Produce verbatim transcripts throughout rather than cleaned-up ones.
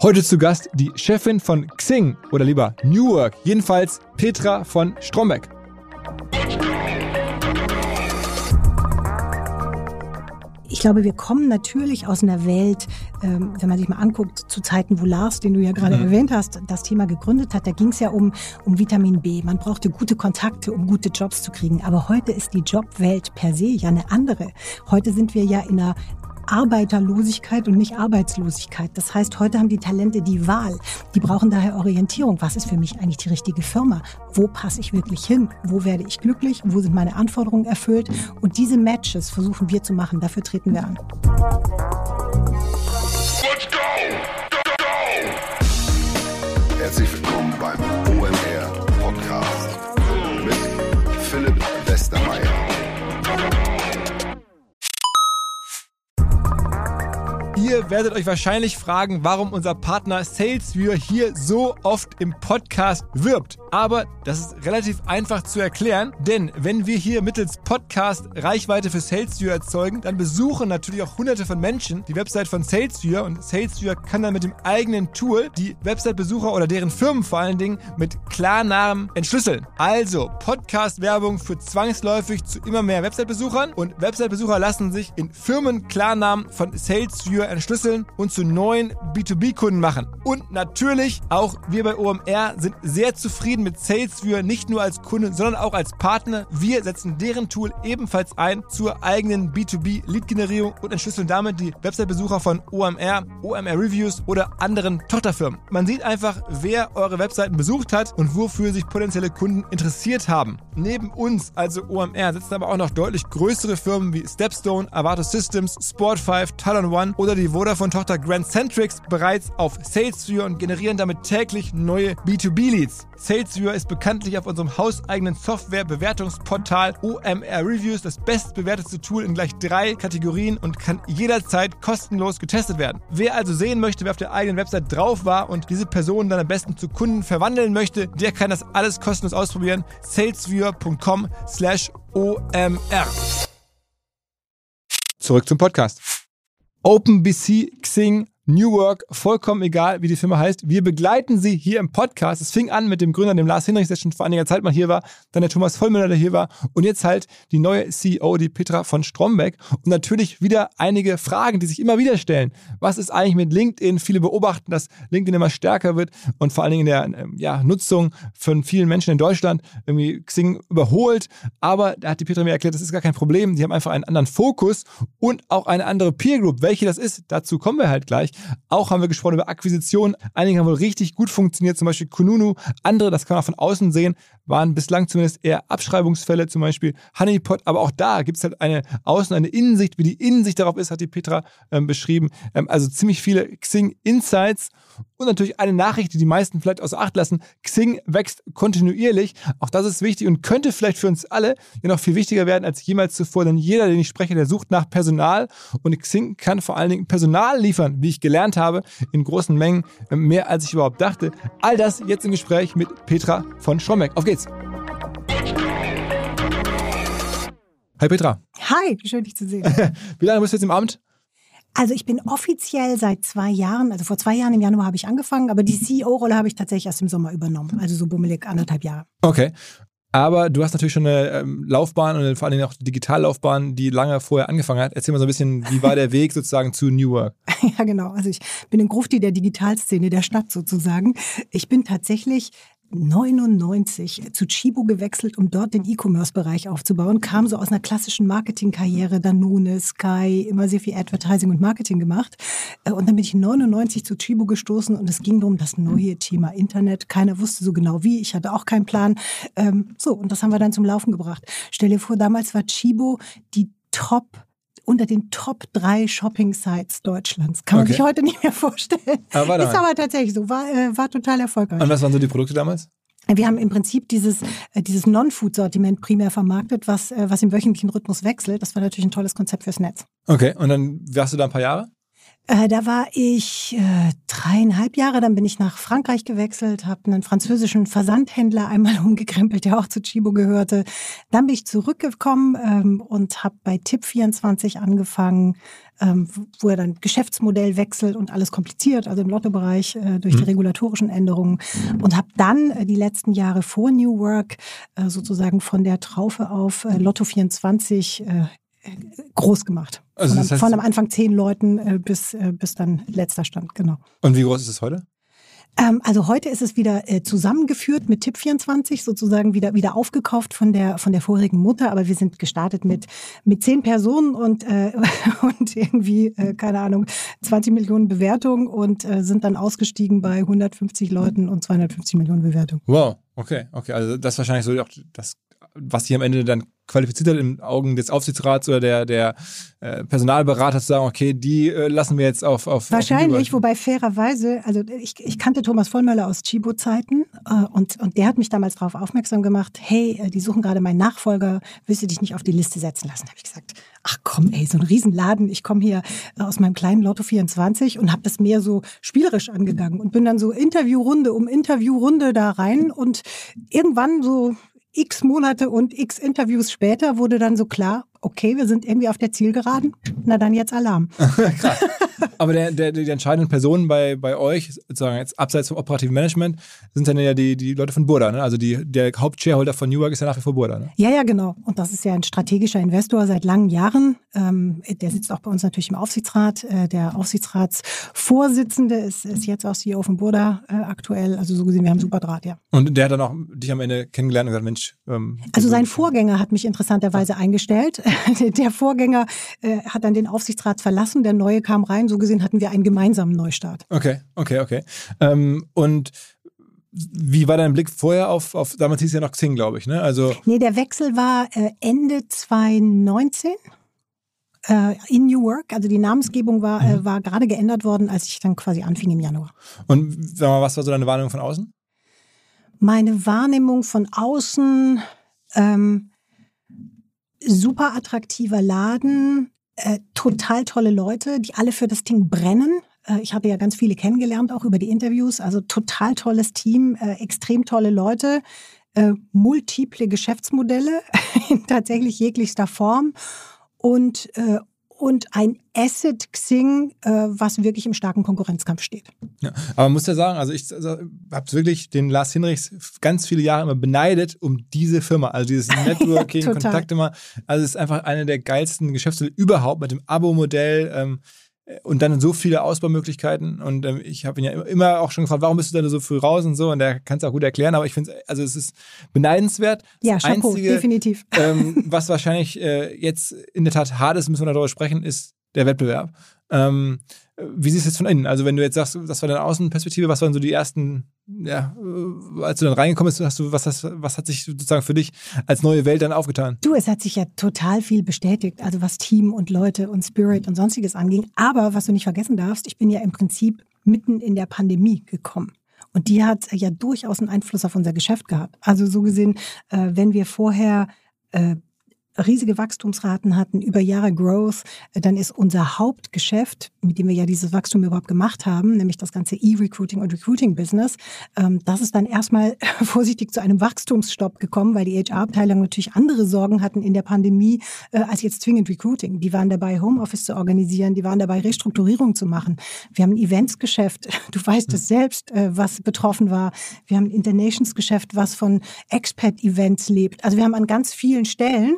Heute zu Gast die Chefin von Xing oder lieber New Work, jedenfalls Petra von Strombeck. Ich glaube, wir kommen natürlich aus einer Welt, ähm, wenn man sich mal anguckt, zu Zeiten, wo Lars, den du ja gerade mhm. erwähnt hast, das Thema gegründet hat, da ging es ja um, um Vitamin B. Man brauchte gute Kontakte, um gute Jobs zu kriegen. Aber heute ist die Jobwelt per se ja eine andere. Heute sind wir ja in einer Arbeiterlosigkeit und nicht Arbeitslosigkeit. Das heißt, heute haben die Talente die Wahl. Die brauchen daher Orientierung. Was ist für mich eigentlich die richtige Firma? Wo passe ich wirklich hin? Wo werde ich glücklich? Wo sind meine Anforderungen erfüllt? Und diese Matches versuchen wir zu machen. Dafür treten wir an. Let's go! Go, go! Herzlich willkommen beim O M R Podcast mit Philipp Westermeier. Ihr werdet euch wahrscheinlich fragen, warum unser Partner SalesViewer hier so oft im Podcast wirbt. Aber das ist relativ einfach zu erklären, denn wenn wir hier mittels Podcast Reichweite für SalesViewer erzeugen, dann besuchen natürlich auch hunderte von Menschen die Website von SalesViewer und SalesViewer kann dann mit dem eigenen Tool die Website-Besucher oder deren Firmen vor allen Dingen mit Klarnamen entschlüsseln. Also Podcast-Werbung führt zwangsläufig zu immer mehr Website-Besuchern und Website-Besucher lassen sich in Firmen-Klarnamen von SalesViewer entschlüsseln und zu neuen B zwei B Kunden machen. Und natürlich, auch wir bei O M R sind sehr zufrieden mit SalesViewer, nicht nur als Kunde, sondern auch als Partner. Wir setzen deren Tool ebenfalls ein zur eigenen B zwei B Lead-Generierung und entschlüsseln damit die Website-Besucher von O M R, O M R Reviews oder anderen Tochterfirmen. Man sieht einfach, wer eure Webseiten besucht hat und wofür sich potenzielle Kunden interessiert haben. Neben uns, also O M R, sitzen aber auch noch deutlich größere Firmen wie Stepstone, Avato Systems, Sport fünf, Talon One oder die Vodafone-Tochter Grand Centrix bereits auf SalesViewer und generieren damit täglich neue B zwei B Leads. SalesViewer ist bekanntlich auf unserem hauseigenen Software-Bewertungsportal O M R Reviews das bestbewertete Tool in gleich drei Kategorien und kann jederzeit kostenlos getestet werden. Wer also sehen möchte, wer auf der eigenen Website drauf war und diese Person dann am besten zu Kunden verwandeln möchte, der kann das alles kostenlos ausprobieren. salesviewer punkt com slash O M R. Zurück zum Podcast. OpenBC, Xing, New Work, vollkommen egal, wie die Firma heißt. Wir begleiten sie hier im Podcast. Es fing an mit dem Gründer, dem Lars Hinrichs, der schon vor einiger Zeit mal hier war, dann der Thomas Vollmüller, der hier war und jetzt halt die neue C E O, die Petra von Strombeck. Und natürlich wieder einige Fragen, die sich immer wieder stellen. Was ist eigentlich mit LinkedIn? Viele beobachten, dass LinkedIn immer stärker wird und vor allen Dingen in der ja, Nutzung von vielen Menschen in Deutschland irgendwie Xing überholt. Aber da hat die Petra mir erklärt, das ist gar kein Problem. Die haben einfach einen anderen Fokus und auch eine andere Peer Group. Welche das ist, dazu kommen wir halt gleich. Auch haben wir gesprochen über Akquisitionen. Einige haben wohl richtig gut funktioniert, zum Beispiel Kununu. Andere, das kann man auch von außen sehen, waren bislang zumindest eher Abschreibungsfälle, zum Beispiel Honeypot. Aber auch da gibt es halt eine Außen-, eine Innensicht. Wie die Innensicht darauf ist, hat die Petra ähm, beschrieben. Ähm, also ziemlich viele Xing-Insights. Und natürlich eine Nachricht, die die meisten vielleicht außer Acht lassen. Xing wächst kontinuierlich. Auch das ist wichtig und könnte vielleicht für uns alle ja noch viel wichtiger werden als jemals zuvor. Denn jeder, den ich spreche, der sucht nach Personal. Und Xing kann vor allen Dingen Personal liefern, wie ich gelernt habe, in großen Mengen, mehr als ich überhaupt dachte. All das jetzt im Gespräch mit Petra von Strombeck. Auf geht's! Hi Petra. Hi, schön dich zu sehen. Wie lange bist du jetzt im Amt? Also ich bin offiziell seit zwei Jahren, also vor zwei Jahren im Januar habe ich angefangen, aber die C E O-Rolle habe ich tatsächlich erst im Sommer übernommen. Also so bummelig anderthalb Jahre. Okay. Aber du hast natürlich schon eine ähm, Laufbahn und vor allem auch eine Digitallaufbahn, die lange vorher angefangen hat. Erzähl mal so ein bisschen, wie war der Weg sozusagen zu New Work? Ja, genau. Also ich bin ein Grufti der Digitalszene der Stadt sozusagen. Ich bin tatsächlich neunundneunzig zu Tchibo gewechselt, um dort den E-Commerce-Bereich aufzubauen. Kam so aus einer klassischen Marketingkarriere, Danone, Sky, immer sehr viel Advertising und Marketing gemacht. Und dann bin ich neunundneunzig zu Tchibo gestoßen und es ging um das neue Thema Internet. Keiner wusste so genau wie, ich hatte auch keinen Plan. So, und das haben wir dann zum Laufen gebracht. Stell dir vor, damals war Tchibo die Top unter den Top drei Shopping-Sites Deutschlands. Kann man okay. sich heute nicht mehr vorstellen. Aber ist aber tatsächlich so, war, äh, war total erfolgreich. Und was waren so die Produkte damals? Wir haben im Prinzip dieses, äh, dieses Non-Food-Sortiment primär vermarktet, was, äh, was im wöchentlichen Rhythmus wechselt. Das war natürlich ein tolles Konzept fürs Netz. Okay, und dann warst du da ein paar Jahre? Äh, da war ich äh, dreieinhalb Jahre, dann bin ich nach Frankreich gewechselt, habe einen französischen Versandhändler einmal umgekrempelt, der auch zu Tchibo gehörte. Dann bin ich zurückgekommen ähm, und habe bei Tipp vierundzwanzig angefangen, ähm, wo er dann Geschäftsmodell wechselt und alles kompliziert, also im Lottobereich äh, durch mhm. die regulatorischen Änderungen. Und habe dann äh, die letzten Jahre vor New Work äh, sozusagen von der Traufe auf äh, Lotto vierundzwanzig äh, groß gemacht. Also von, das heißt, von am Anfang zehn Leuten äh, bis, äh, bis dann letzter Stand, genau. Und wie groß ist es heute? Ähm, also heute ist es wieder äh, zusammengeführt mit Tipp vierundzwanzig, sozusagen wieder, wieder aufgekauft von der, von der vorigen Mutter, aber wir sind gestartet mit, mit zehn Personen und, äh, und irgendwie, äh, keine Ahnung, zwanzig Millionen Bewertungen und äh, sind dann ausgestiegen bei hundertfünfzig Leuten und zweihundertfünfzig Millionen Bewertungen. Wow, okay, okay. Also das ist wahrscheinlich so auch das, was sich am Ende dann qualifiziert hat in Augen des Aufsichtsrats oder der, der äh, Personalberater zu sagen, okay, die äh, lassen wir jetzt auf... auf Wahrscheinlich, auf wobei fairerweise, also ich, ich kannte Thomas Vollmöller aus Tchibo-Zeiten äh, und, und der hat mich damals darauf aufmerksam gemacht, hey, äh, die suchen gerade meinen Nachfolger, willst du dich nicht auf die Liste setzen lassen? Da habe ich gesagt, ach komm ey, so ein Riesenladen, ich komme hier aus meinem kleinen Lotto vierundzwanzig und habe das mehr so spielerisch angegangen und bin dann so Interviewrunde um Interviewrunde da rein und irgendwann so x Monate und x Interviews später wurde dann so klar, okay, wir sind irgendwie auf der Zielgeraden, na dann jetzt Alarm. Krass. Aber der, der, die entscheidenden Personen bei, bei euch, sozusagen jetzt abseits vom operativen Management, sind dann ja die, die Leute von Burda, ne? Also die, der Hauptshareholder von New Work ist ja nach wie vor Burda, ne? Ja, ja, genau. Und das ist ja ein strategischer Investor seit langen Jahren. Ähm, der sitzt auch bei uns natürlich im Aufsichtsrat. Äh, der Aufsichtsratsvorsitzende ist, ist jetzt auch C E O von Burda äh, aktuell. Also so gesehen, wir haben super Draht, ja. Und der hat dann auch dich am Ende kennengelernt und gesagt, Mensch... Ähm, also sein Vorgänger hat mich interessanterweise eingestellt. Der Vorgänger äh, hat dann den Aufsichtsrat verlassen, der neue kam rein. So gesehen hatten wir einen gemeinsamen Neustart. Okay, okay, okay. Ähm, und wie war dein Blick vorher auf, auf damals hieß es ja noch Xing, glaube ich, ne? Also nee, der Wechsel war äh, Ende zwanzig neunzehn äh, in New Work. Also die Namensgebung war, mhm. äh, war gerade geändert worden, als ich dann quasi anfing im Januar. Und sag mal, was war so deine Wahrnehmung von außen? Meine Wahrnehmung von außen... Ähm, super attraktiver Laden, äh, total tolle Leute, die alle für das Ding brennen. Äh, ich hatte ja ganz viele kennengelernt, auch über die Interviews. Also total tolles Team, äh, extrem tolle Leute, äh, multiple Geschäftsmodelle in tatsächlich jeglichster Form und, äh, und ein Asset Xing, äh, was wirklich im starken Konkurrenzkampf steht. Ja, aber man muss ja sagen, also ich also, habe wirklich den Lars Hinrichs ganz viele Jahre immer beneidet um diese Firma, also dieses Networking, Kontakte mal. Also es ist einfach eine der geilsten Geschäftsmodelle überhaupt mit dem Abo-Modell ähm, und dann so viele Ausbaumöglichkeiten und ähm, ich habe ihn ja immer auch schon gefragt, warum bist du denn so früh raus und so und der kann es auch gut erklären, aber ich finde es, also es ist beneidenswert. Ja, das Chapeau, Einzige, definitiv. Ähm, was wahrscheinlich äh, jetzt in der Tat hart ist, müssen wir darüber sprechen, ist der Wettbewerb. Ähm, wie siehst du es von innen? Also wenn du jetzt sagst, das war deine Außenperspektive, was waren so die ersten, ja, als du dann reingekommen bist, hast du, was, hast, was hat sich sozusagen für dich als neue Welt dann aufgetan? Du, es hat sich ja total viel bestätigt, also was Team und Leute und Spirit und Sonstiges anging. Aber was du nicht vergessen darfst, ich bin ja im Prinzip mitten in der Pandemie gekommen. Und die hat ja durchaus einen Einfluss auf unser Geschäft gehabt. Also so gesehen, äh, wenn wir vorher äh, riesige Wachstumsraten hatten, über Jahre Growth, dann ist unser Hauptgeschäft, mit dem wir ja dieses Wachstum überhaupt gemacht haben, nämlich das ganze E-Recruiting und Recruiting-Business, das ist dann erstmal vorsichtig zu einem Wachstumsstopp gekommen, weil die H R-Abteilung natürlich andere Sorgen hatten in der Pandemie als jetzt zwingend Recruiting. Die waren dabei, Homeoffice zu organisieren, die waren dabei, Restrukturierung zu machen. Wir haben ein Eventsgeschäft, du weißt es selbst, was betroffen war. Wir haben ein Internations-Geschäft, was von Expat-Events lebt. Also wir haben an ganz vielen Stellen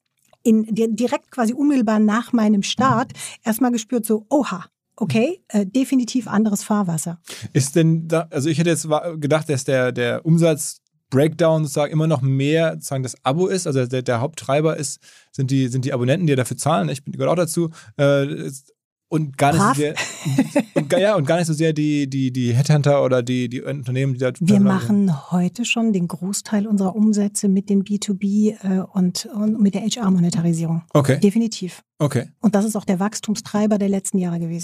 in direkt quasi unmittelbar nach meinem Start erstmal gespürt so, oha, okay, äh, definitiv anderes Fahrwasser. Ist denn da, also ich hätte jetzt gedacht, dass der, der Umsatz-Breakdown sozusagen immer noch mehr sozusagen das Abo ist, also der, der Haupttreiber ist, sind die, sind die Abonnenten, die dafür zahlen, ich bin gehört auch dazu, äh, und gar nicht Brav. so sehr, und, ja, und gar nicht so sehr die, die, die Headhunter oder die, die Unternehmen, die da... Wir machen sind. heute schon den Großteil unserer Umsätze mit dem B zwei B äh, und, und mit der H R-Monetarisierung. Okay. Definitiv. Okay. Und das ist auch der Wachstumstreiber der letzten Jahre gewesen.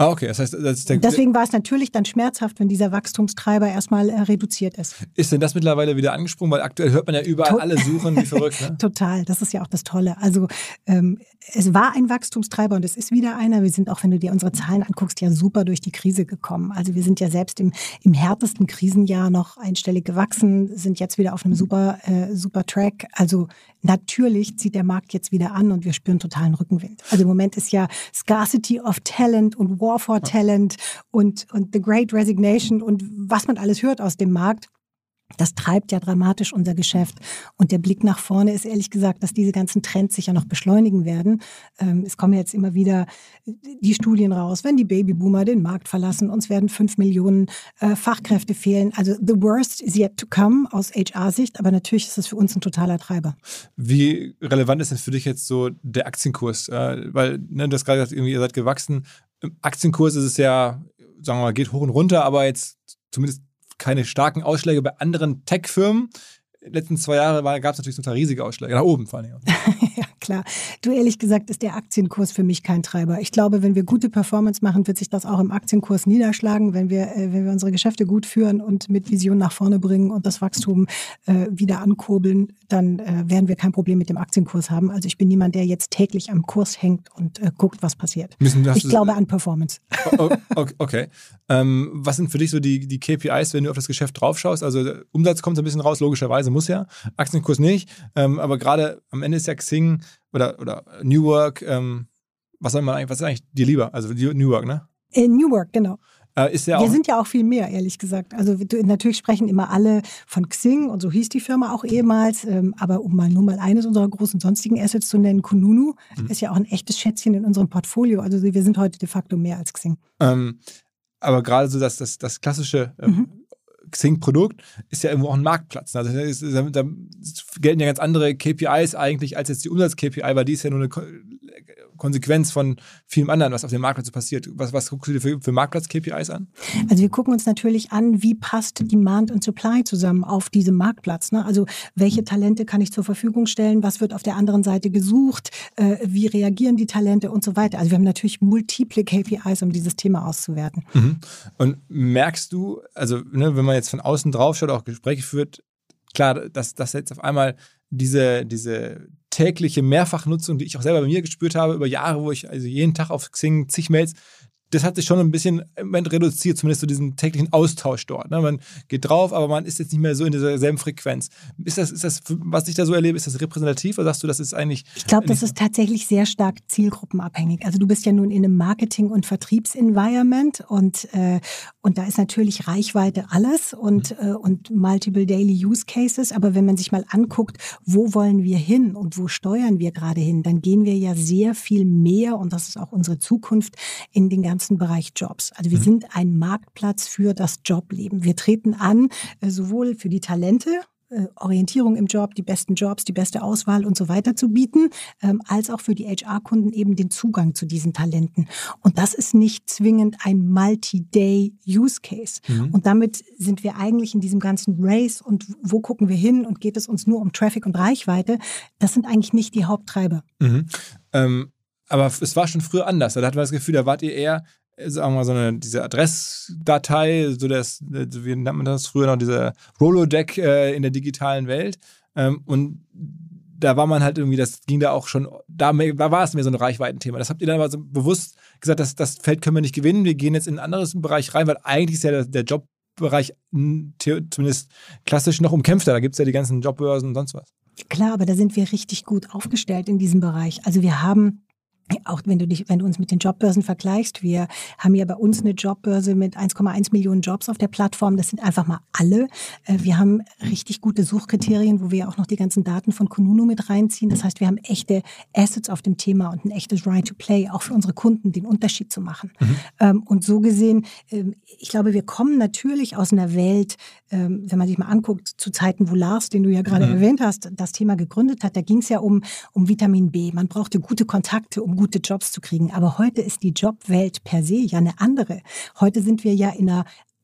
Ah, okay. Das heißt, das ist der, deswegen war es natürlich dann schmerzhaft, wenn dieser Wachstumstreiber erstmal äh, reduziert ist. Ist denn das mittlerweile wieder angesprungen? Weil aktuell hört man ja überall to- alle suchen, wie verrückt. Ne? Total. Das ist ja auch das Tolle. Also ähm, es war ein Wachstumstreiber und es ist wieder einer. Wir sind auch, wenn du dir unsere Zahlen anguckst, ja super durch die Krise gekommen. Also wir sind ja selbst im, im härtesten Krisenjahr noch einstellig gewachsen, sind jetzt wieder auf einem super, äh, super Track. Also natürlich zieht der Markt jetzt wieder an und wir spüren totalen Rückenwind. Also im Moment ist ja Scarcity of Talent und War for Talent und, und The Great Resignation und was man alles hört aus dem Markt. Das treibt ja dramatisch unser Geschäft. Und der Blick nach vorne ist ehrlich gesagt, dass diese ganzen Trends sich ja noch beschleunigen werden. Ähm, es kommen jetzt immer wieder die Studien raus, wenn die Babyboomer den Markt verlassen, uns werden fünf Millionen äh, Fachkräfte fehlen. Also the worst is yet to come aus H R-Sicht, aber natürlich ist das für uns ein totaler Treiber. Wie relevant ist denn für dich jetzt so der Aktienkurs? Äh, weil, ne, du hast gerade gesagt, irgendwie, ihr seid gewachsen. Im Aktienkurs ist es ja, sagen wir mal, geht hoch und runter, aber jetzt zumindest keine starken Ausschläge bei anderen Tech-Firmen. Die letzten zwei Jahre gab es natürlich total riesige Ausschläge, nach oben vor allem. Ja, klar. Du, ehrlich gesagt, ist der Aktienkurs für mich kein Treiber. Ich glaube, wenn wir gute Performance machen, wird sich das auch im Aktienkurs niederschlagen. Wenn wir, äh, wenn wir unsere Geschäfte gut führen und mit Vision nach vorne bringen und das Wachstum äh, wieder ankurbeln, dann äh, werden wir kein Problem mit dem Aktienkurs haben. Also ich bin niemand, der jetzt täglich am Kurs hängt und äh, guckt, was passiert. Müssen, ich glaube an Performance. Oh, okay. okay. Ähm, was sind für dich so die, die K P Is, wenn du auf das Geschäft drauf schaust? Also der Umsatz kommt so ein bisschen raus, logischerweise muss ja. Aktienkurs nicht. Ähm, aber gerade am Ende ist ja Xing oder, oder New Work, ähm, was soll man eigentlich, was ist eigentlich dir lieber? Also New Work, ne? Äh, New Work, genau. Äh, ist ja wir auch sind ja auch viel mehr, ehrlich gesagt. Also du, natürlich sprechen immer alle von Xing und so hieß die Firma auch ehemals. Ähm, aber um mal nur mal eines unserer großen sonstigen Assets zu nennen, Kununu mhm. ist ja auch ein echtes Schätzchen in unserem Portfolio. Also wir sind heute de facto mehr als Xing. Ähm, aber gerade so das, das, das klassische ähm, mhm. Xing-Produkt ist ja irgendwo auch ein Marktplatz. Also da, ist, da gelten ja ganz andere K P Is eigentlich als jetzt die Umsatz-K P I, weil die ist ja nur eine Ko- Konsequenz von vielem anderen, was auf dem Marktplatz passiert. Was, was guckst du dir für, für Marktplatz-K P Is an? Also wir gucken uns natürlich an, wie passt Demand und Supply zusammen auf diesem Marktplatz. Ne? Also welche Talente kann ich zur Verfügung stellen? Was wird auf der anderen Seite gesucht? Äh, wie reagieren die Talente und so weiter? Also wir haben natürlich multiple K P Is, um dieses Thema auszuwerten. Mhm. Und merkst du, also ne, wenn man jetzt von außen drauf schaut, auch Gespräche führt, klar, dass, dass jetzt auf einmal diese, diese tägliche Mehrfachnutzung, die ich auch selber bei mir gespürt habe, über Jahre, wo ich also jeden Tag auf Xing zig Mails, das hat sich schon ein bisschen im Moment reduziert, zumindest so diesen täglichen Austausch dort. Ne? Man geht drauf, aber man ist jetzt nicht mehr so in dieser selben Frequenz. Ist das, ist das, was ich da so erlebe, ist das repräsentativ oder sagst du, das ist eigentlich... Ich glaube, das ist tatsächlich sehr stark zielgruppenabhängig. Also du bist ja nun in einem Marketing- und Vertriebsenvironment und, äh, und da ist natürlich Reichweite alles und, mhm. äh, und multiple daily use cases. Aber wenn man sich mal anguckt, wo wollen wir hin und wo steuern wir gerade hin, dann gehen wir ja sehr viel mehr, und das ist auch unsere Zukunft, in den ganzen Bereich Jobs. Also wir mhm. sind ein Marktplatz für das Jobleben. Wir treten an, äh, sowohl für die Talente, äh, Orientierung im Job, die besten Jobs, die beste Auswahl und so weiter zu bieten, ähm, als auch für die H R-Kunden eben den Zugang zu diesen Talenten. Und das ist nicht zwingend ein Multi-Day-Use-Case. Mhm. Und damit sind wir eigentlich in diesem ganzen Race und wo gucken wir hin und geht es uns nur um Traffic und Reichweite? Das sind eigentlich nicht die Haupttreiber. Mhm. Ähm Aber es war schon früher anders. Da hatten wir das Gefühl, da wart ihr eher, sagen wir mal, so eine, diese Adressdatei, so das, wie nennt man das früher noch, diese Rolodeck äh, in der digitalen Welt. Ähm, und da war man halt irgendwie, das ging da auch schon, da, da war es mehr so ein Reichweitenthema. Das habt ihr dann aber so bewusst gesagt, das, das Feld können wir nicht gewinnen, wir gehen jetzt in einen anderen Bereich rein, weil eigentlich ist ja der, der Jobbereich zumindest klassisch noch umkämpfter. Da gibt es ja die ganzen Jobbörsen und sonst was. Klar, aber da sind wir richtig gut aufgestellt in diesem Bereich. Also wir haben... Auch wenn du dich, wenn du uns mit den Jobbörsen vergleichst, wir haben ja bei uns eine Jobbörse mit eins Komma eins Millionen Jobs auf der Plattform. Das sind einfach mal alle. Wir haben richtig gute Suchkriterien, wo wir auch noch die ganzen Daten von Kununu mit reinziehen. Das heißt, wir haben echte Assets auf dem Thema und ein echtes Right to Play, auch für unsere Kunden den Unterschied zu machen. Mhm. Und so gesehen, ich glaube, wir kommen natürlich aus einer Welt, wenn man sich mal anguckt, zu Zeiten, wo Lars, den du ja gerade mhm. erwähnt hast, das Thema gegründet hat, da ging es ja um, um Vitamin B. Man brauchte gute Kontakte, um gute Jobs zu kriegen. Aber heute ist die Jobwelt per se ja eine andere. Heute sind wir ja in einer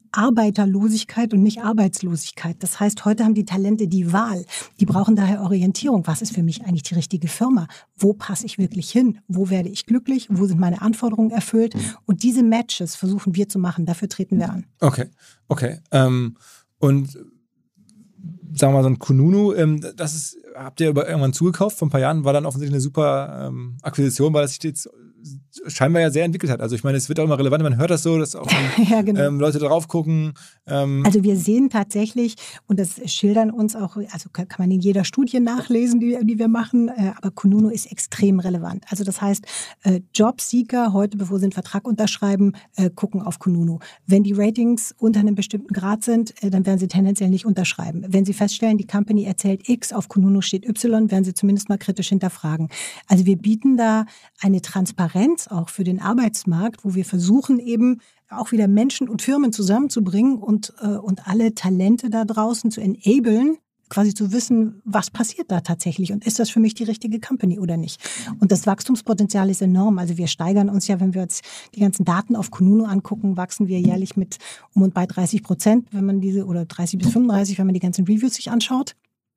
Arbeiterlosigkeit und nicht Arbeitslosigkeit. Das heißt, heute haben die Talente die Wahl. Die brauchen daher Orientierung. Was ist für mich eigentlich die richtige Firma? Wo passe ich wirklich hin? Wo werde ich glücklich? Wo sind meine Anforderungen erfüllt? Und diese Matches versuchen wir zu machen. Dafür treten wir an. Okay, okay. Ähm, und sagen wir mal so ein Kununu, ähm, das ist, habt ihr aber irgendwann zugekauft vor ein paar Jahren, war dann offensichtlich eine super ähm, Akquisition, weil das sich jetzt scheinbar ja sehr entwickelt hat. Also ich meine, es wird auch immer relevant, man hört das so, dass auch ja, genau. ähm, Leute drauf gucken. Ähm. Also wir sehen tatsächlich, und das schildern uns auch, also kann man in jeder Studie nachlesen, die, die wir machen, äh, aber Kununu ist extrem relevant. Also das heißt, äh, Jobseeker heute, bevor sie einen Vertrag unterschreiben, äh, gucken auf Kununu. Wenn die Ratings unter einem bestimmten Grad sind, äh, dann werden sie tendenziell nicht unterschreiben. Wenn sie feststellen, die Company erzählt X, auf Kununu steht Y, werden sie zumindest mal kritisch hinterfragen. Also wir bieten da eine Transparenz auch für den Arbeitsmarkt, wo wir versuchen eben auch wieder Menschen und Firmen zusammenzubringen und, äh, und alle Talente da draußen zu enablen, quasi zu wissen, was passiert da tatsächlich und ist das für mich die richtige Company oder nicht. Und das Wachstumspotenzial ist enorm. Also wir steigern uns ja, wenn wir uns die ganzen Daten auf Kununu angucken, wachsen wir jährlich mit um und bei dreißig Prozent, wenn man diese, oder dreißig bis fünfunddreißig, wenn man die ganzen Reviews sich anschaut.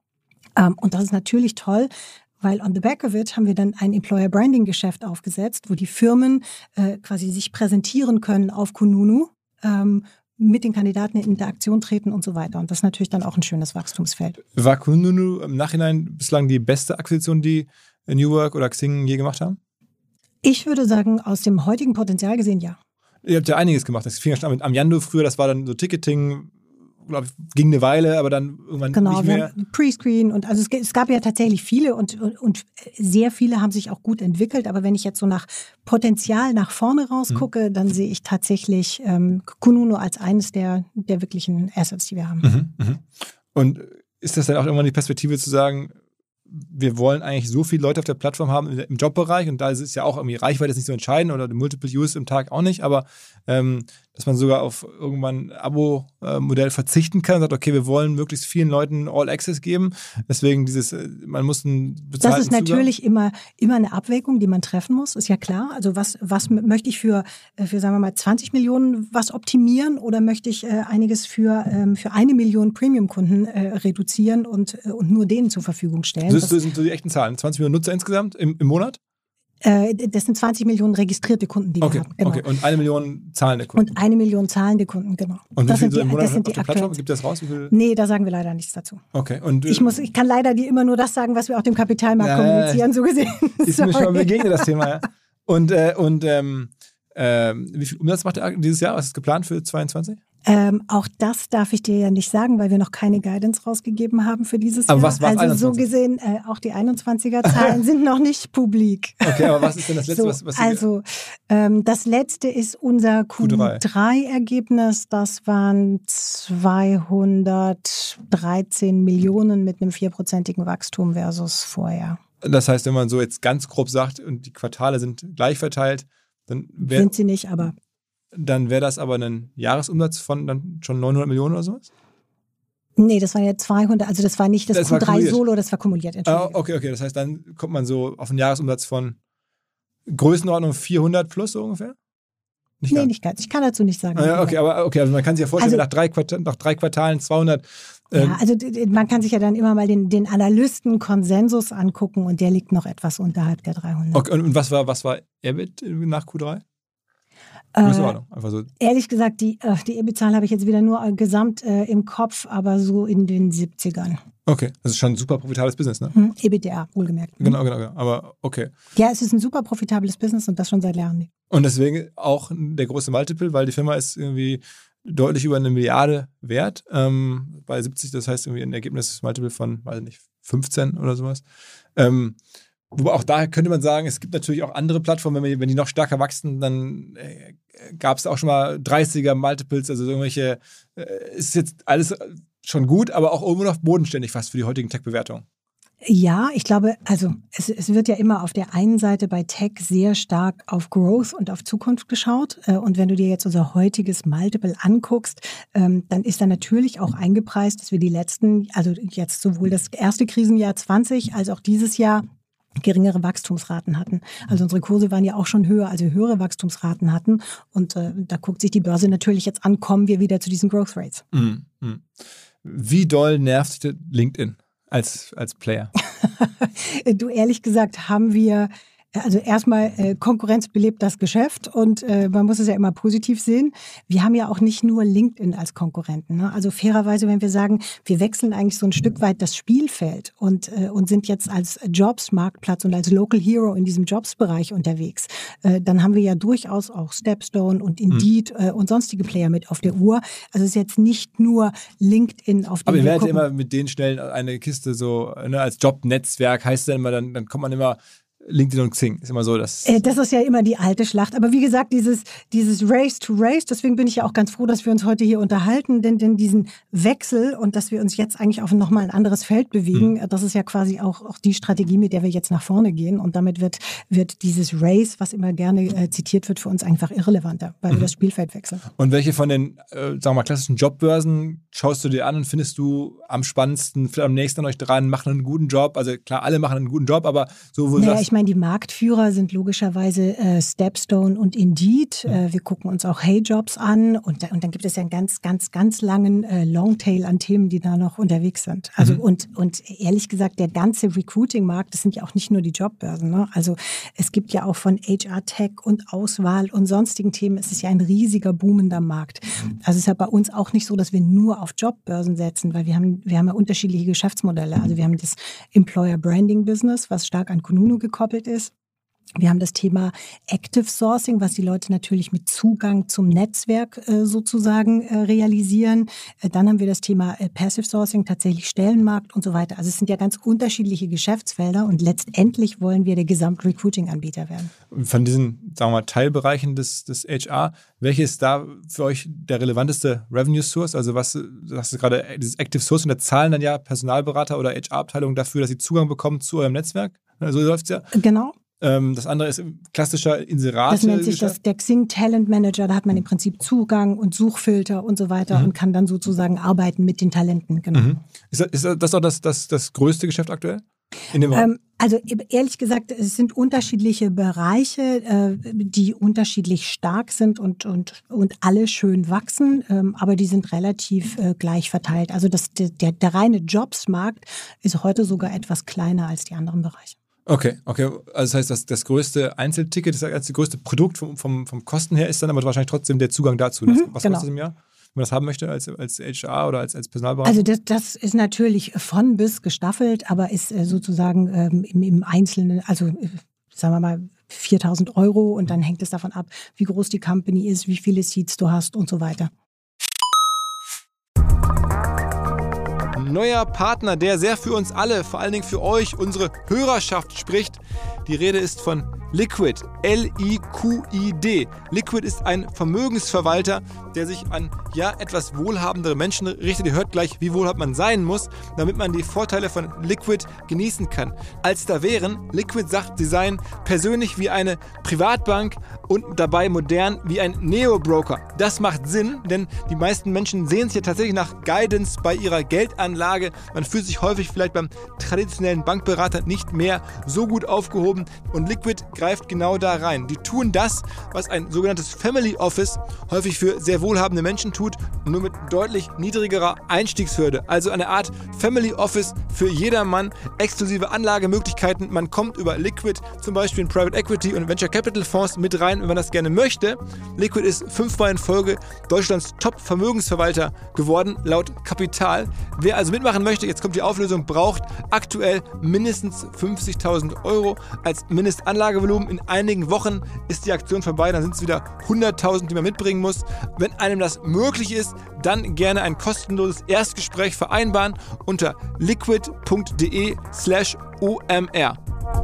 Ähm, und das ist natürlich toll, weil on the back of it haben wir dann ein Employer-Branding-Geschäft aufgesetzt, wo die Firmen äh, quasi sich präsentieren können auf Kununu, ähm, mit den Kandidaten in Interaktion treten und so weiter. Und das ist natürlich dann auch ein schönes Wachstumsfeld. War Kununu im Nachhinein bislang die beste Akquisition, die New Work oder Xing je gemacht haben? Ich würde sagen, aus dem heutigen Potenzial gesehen, ja. Ihr habt ja einiges gemacht. Das fing ja schon mit Amyando früher, das war dann so Ticketing, glaube ich, ging eine Weile, aber dann irgendwann genau, nicht mehr. Genau, Prescreen und also es, es gab ja tatsächlich viele und, und, und sehr viele haben sich auch gut entwickelt, aber wenn ich jetzt so nach Potenzial nach vorne rausgucke, mhm. dann sehe ich tatsächlich ähm, Kununu als eines der, der wirklichen Assets, die wir haben. Mhm, mh. Und ist das dann auch irgendwann die Perspektive zu sagen, wir wollen eigentlich so viele Leute auf der Plattform haben im Jobbereich und da ist es ja auch irgendwie Reichweite ist nicht so entscheidend oder Multiple Use im Tag auch nicht, aber ähm, dass man sogar auf irgendwann ein Abo-Modell verzichten kann und sagt, okay, wir wollen möglichst vielen Leuten All Access geben, deswegen dieses, man muss einen bezahlten Das ist natürlich Zugang. immer, immer eine Abwägung, die man treffen muss, ist ja klar. Also was, was möchte ich für, für, sagen wir mal, zwanzig Millionen was optimieren oder möchte ich äh, einiges für, ähm, für eine Million Premium-Kunden äh, reduzieren und, äh, und nur denen zur Verfügung stellen? Das, das sind so die echten Zahlen, zwanzig Millionen Nutzer insgesamt im, im Monat? Das sind zwanzig Millionen registrierte Kunden, die okay, wir haben. Genau. Okay, und eine Million zahlende Kunden. Und eine Million zahlende Kunden, genau. Und das wie viel sind so im die, Monat das sind auf die der Plattform? Gibt das raus? Wie viel? Nee, da sagen wir leider nichts dazu. Okay. Und, ich, muss, ich kann leider dir immer nur das sagen, was wir auf dem Kapitalmarkt äh, kommunizieren, so gesehen. Ist mir schon mal begegnet, das Thema. Ja. Und, äh, und ähm, äh, wie viel Umsatz macht ihr dieses Jahr? Was ist geplant für zweiundzwanzig? Ähm, auch das darf ich dir ja nicht sagen, weil wir noch keine Guidance rausgegeben haben für dieses aber Jahr. Was, was also einundzwanzig? So gesehen, äh, auch die einundzwanziger-Zahlen sind noch nicht publik. Okay, aber was ist denn das letzte? So, was, was also ähm, das letzte ist unser Q drei Ergebnis. Das waren zweihundertdreizehn Millionen mit einem vierprozentigen Wachstum versus vorher. Das heißt, wenn man so jetzt ganz grob sagt und die Quartale sind gleich verteilt, dann wär, sind sie nicht, aber dann wäre das aber ein Jahresumsatz von dann schon neunhundert Millionen oder sowas? Nee, das waren ja zweihundert, also das war nicht das, das Q drei Solo, das war kumuliert. Ah, okay, okay, das heißt, dann kommt man so auf einen Jahresumsatz von Größenordnung vierhundert plus so ungefähr? Nicht nee, ganz. nicht ganz. Ich kann dazu nicht sagen. Ah, ja, okay, aber okay, also man kann sich ja vorstellen, also, nach, drei Quartalen, nach drei Quartalen zweihundert. Ähm, ja, also man kann sich ja dann immer mal den, den Analysten-Konsensus angucken und der liegt noch etwas unterhalb der dreihundert. Okay, und was war, was war E B I T nach Q drei? Äh, Einfach so. Ehrlich gesagt, die, äh, die E B I T-Zahl habe ich jetzt wieder nur äh, gesamt äh, im Kopf, aber so in den siebzigern. Okay, das ist schon ein super profitables Business, ne? Hm, E B I T D A, wohlgemerkt. Hm. Genau, genau, genau. Aber okay. Ja, es ist ein super profitables Business und das schon seit Jahren. Und deswegen auch der große Multiple, weil die Firma ist irgendwie deutlich über eine Milliarde wert. Ähm, bei siebzig, das heißt irgendwie ein Ergebnis Multiple von, weiß ich nicht, fünfzehn oder sowas. Ähm, Wobei auch da könnte man sagen, es gibt natürlich auch andere Plattformen, wenn, wir, wenn die noch stärker wachsen, dann äh, gab es auch schon mal dreißiger Multiples, also irgendwelche, äh, ist jetzt alles schon gut, aber auch immer noch bodenständig fast für die heutigen Tech-Bewertungen. Ja, ich glaube, also es, es wird ja immer auf der einen Seite bei Tech sehr stark auf Growth und auf Zukunft geschaut. Und wenn du dir jetzt unser heutiges Multiple anguckst, dann ist da natürlich auch eingepreist, dass wir die letzten, also jetzt sowohl das erste Krisenjahr zwanzig als auch dieses Jahr geringere Wachstumsraten hatten. Also unsere Kurse waren ja auch schon höher, als wir höhere Wachstumsraten hatten. Und äh, da guckt sich die Börse natürlich jetzt an, kommen wir wieder zu diesen Growth Rates. Mhm. Wie doll nervt dich LinkedIn als, als Player? Du, ehrlich gesagt, haben wir... Also erstmal, äh, Konkurrenz belebt das Geschäft und äh, man muss es ja immer positiv sehen. Wir haben ja auch nicht nur LinkedIn als Konkurrenten. Ne? Also fairerweise, wenn wir sagen, wir wechseln eigentlich so ein Stück weit das Spielfeld und, äh, und sind jetzt als Jobs-Marktplatz und als Local Hero in diesem Jobs-Bereich unterwegs, äh, dann haben wir ja durchaus auch Stepstone und Indeed mhm. äh, und sonstige Player mit auf der Uhr. Also es ist jetzt nicht nur LinkedIn, auf dem Aber ihr wir werdet gucken. immer mit denen schnell eine Kiste so, ne, als Jobnetzwerk heißt es dann immer, dann, dann kommt man immer LinkedIn und Xing ist immer so, dass... Das ist ja immer die alte Schlacht. Aber wie gesagt, dieses, dieses Race to Race, deswegen bin ich ja auch ganz froh, dass wir uns heute hier unterhalten, denn, denn diesen Wechsel und dass wir uns jetzt eigentlich auf nochmal ein anderes Feld bewegen, mhm. das ist ja quasi auch, auch die Strategie, mit der wir jetzt nach vorne gehen. Und damit wird, wird dieses Race, was immer gerne äh, zitiert wird, für uns einfach irrelevanter, weil mhm. wir das Spielfeld wechseln. Und welche von den, äh, sagen wir mal, klassischen Jobbörsen schaust du dir an und findest du am spannendsten, vielleicht am nächsten an euch dran, machen einen guten Job? Also klar, alle machen einen guten Job, aber so, wo du naja, sagst... Ich meine, die Marktführer sind logischerweise äh, Stepstone und Indeed. Ja. Äh, wir gucken uns auch Hey-Jobs an und, und dann gibt es ja einen ganz, ganz, ganz langen äh, Longtail an Themen, die da noch unterwegs sind. Also mhm. und, und ehrlich gesagt, der ganze Recruiting-Markt, das sind ja auch nicht nur die Jobbörsen. Ne? Also es gibt ja auch von H R-Tech und Auswahl und sonstigen Themen, es ist ja ein riesiger, boomender Markt. Mhm. Also es ist ja bei uns auch nicht so, dass wir nur auf Jobbörsen setzen, weil wir haben, wir haben ja unterschiedliche Geschäftsmodelle. Also wir haben das Employer-Branding-Business, was stark an Kununu gekoppelt ist. Wir haben das Thema Active Sourcing, was die Leute natürlich mit Zugang zum Netzwerk äh, sozusagen äh, realisieren. Äh, dann haben wir das Thema äh, Passive Sourcing, tatsächlich Stellenmarkt und so weiter. Also es sind ja ganz unterschiedliche Geschäftsfelder und letztendlich wollen wir der Gesamt-Recruiting-Anbieter werden. Von diesen, sagen wir mal, Teilbereichen des, des H R, welches ist da für euch der relevanteste Revenue Source? Also was, du hast gerade dieses Active Sourcing, da zahlen dann ja Personalberater oder H R-Abteilungen dafür, dass sie Zugang bekommen zu eurem Netzwerk. So läuft es ja. Genau. Das andere ist klassischer Inserat. Das nennt sich das, der Xing Talent Manager. Da hat man im Prinzip Zugang und Suchfilter und so weiter mhm. und kann dann sozusagen arbeiten mit den Talenten. Genau. Mhm. Ist, das, ist das auch das, das, das größte Geschäft aktuell? In dem ähm, also ehrlich gesagt, es sind unterschiedliche Bereiche, äh, die unterschiedlich stark sind und, und, und alle schön wachsen, ähm, aber die sind relativ äh, gleich verteilt. Also das, der, der reine Jobsmarkt ist heute sogar etwas kleiner als die anderen Bereiche. Okay, okay. Also das heißt, das, das größte Einzelticket, das, das größte Produkt vom, vom, vom Kosten her ist dann aber wahrscheinlich trotzdem der Zugang dazu. Mhm, Was genau. kostet das im Jahr, wenn man das haben möchte als, als H R oder als, als Personalberater? Also das, das ist natürlich von bis gestaffelt, aber ist äh, sozusagen ähm, im, im Einzelnen, also äh, sagen wir mal viertausend Euro und dann hängt es davon ab, wie groß die Company ist, wie viele Seats du hast und so weiter. Neuer Partner, der sehr für uns alle, vor allen Dingen für euch, unsere Hörerschaft spricht. Die Rede ist von Liquid, L I Q I D. Liquid ist ein Vermögensverwalter, der sich an ja etwas wohlhabendere Menschen richtet. Ihr hört gleich, wie wohlhabend man sein muss, damit man die Vorteile von Liquid genießen kann. Als da wären, Liquid sagt, sie seien persönlich wie eine Privatbank und dabei modern wie ein Neo-Broker. Das macht Sinn, denn die meisten Menschen sehen sich ja tatsächlich nach Guidance bei ihrer Geldanlage. Man fühlt sich häufig vielleicht beim traditionellen Bankberater nicht mehr so gut aufgehoben und Liquid greift genau da rein. Die tun das, was ein sogenanntes Family Office häufig für sehr wohlhabende Menschen tut, nur mit deutlich niedrigerer Einstiegshürde. Also eine Art Family Office für jedermann, exklusive Anlagemöglichkeiten. Man kommt über Liquid zum Beispiel in Private Equity und Venture Capital Fonds mit rein, wenn man das gerne möchte. Liquid ist fünfmal in Folge Deutschlands Top-Vermögensverwalter geworden, laut Kapital. Wer also mitmachen möchte, jetzt kommt die Auflösung, braucht aktuell mindestens fünfzigtausend Euro als Mindestanlagevolumen. In einigen Wochen ist die Aktion vorbei, dann sind es wieder hunderttausend, die man mitbringen muss. Wenn einem das möglich ist, dann gerne ein kostenloses Erstgespräch vereinbaren unter liquid.de slash omr.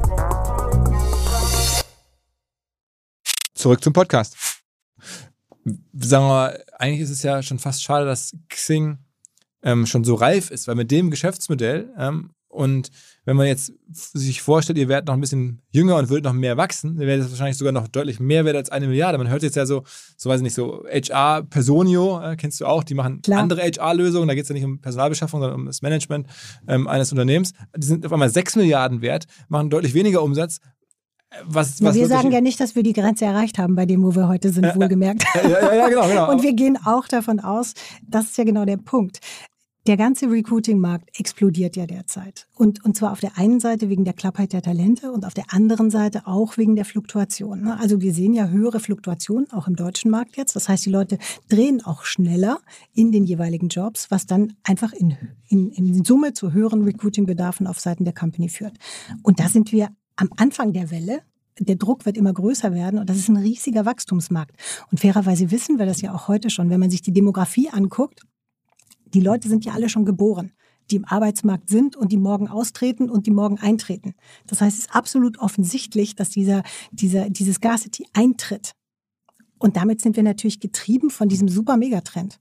Zurück zum Podcast. Sagen wir mal, eigentlich ist es ja schon fast schade, dass Xing ähm, schon so reif ist, weil mit dem Geschäftsmodell ähm, Und wenn man jetzt sich vorstellt, ihr werdet noch ein bisschen jünger und würdet noch mehr wachsen, dann wäre das wahrscheinlich sogar noch deutlich mehr wert als eine Milliarde. Man hört jetzt ja so, so weiß ich nicht, so H R, Personio, äh, kennst du auch, die machen Klar. andere H R-Lösungen, da geht es ja nicht um Personalbeschaffung, sondern um das Management ähm, eines Unternehmens. Die sind auf einmal sechs Milliarden wert, machen deutlich weniger Umsatz. Was, ja, was wir sagen ja nicht, dass wir die Grenze erreicht haben bei dem, wo wir heute sind, ja, wohlgemerkt. Ja, ja, ja, genau, genau. Und wir gehen auch davon aus, das ist ja genau der Punkt. Der ganze Recruiting-Markt explodiert ja derzeit. Und, und zwar auf der einen Seite wegen der Knappheit der Talente und auf der anderen Seite auch wegen der Fluktuation. Also wir sehen ja höhere Fluktuationen, auch im deutschen Markt jetzt. Das heißt, die Leute drehen auch schneller in den jeweiligen Jobs, was dann einfach in, in, in Summe zu höheren Recruiting-Bedarfen auf Seiten der Company führt. Und da sind wir am Anfang der Welle. Der Druck wird immer größer werden und das ist ein riesiger Wachstumsmarkt. Und fairerweise wissen wir das ja auch heute schon, wenn man sich die Demografie anguckt. Die Leute sind ja alle schon geboren, die im Arbeitsmarkt sind und die morgen austreten und die morgen eintreten. Das heißt, es ist absolut offensichtlich, dass dieser, dieser, diese Scarcity eintritt. Und damit sind wir natürlich getrieben von diesem super Megatrend.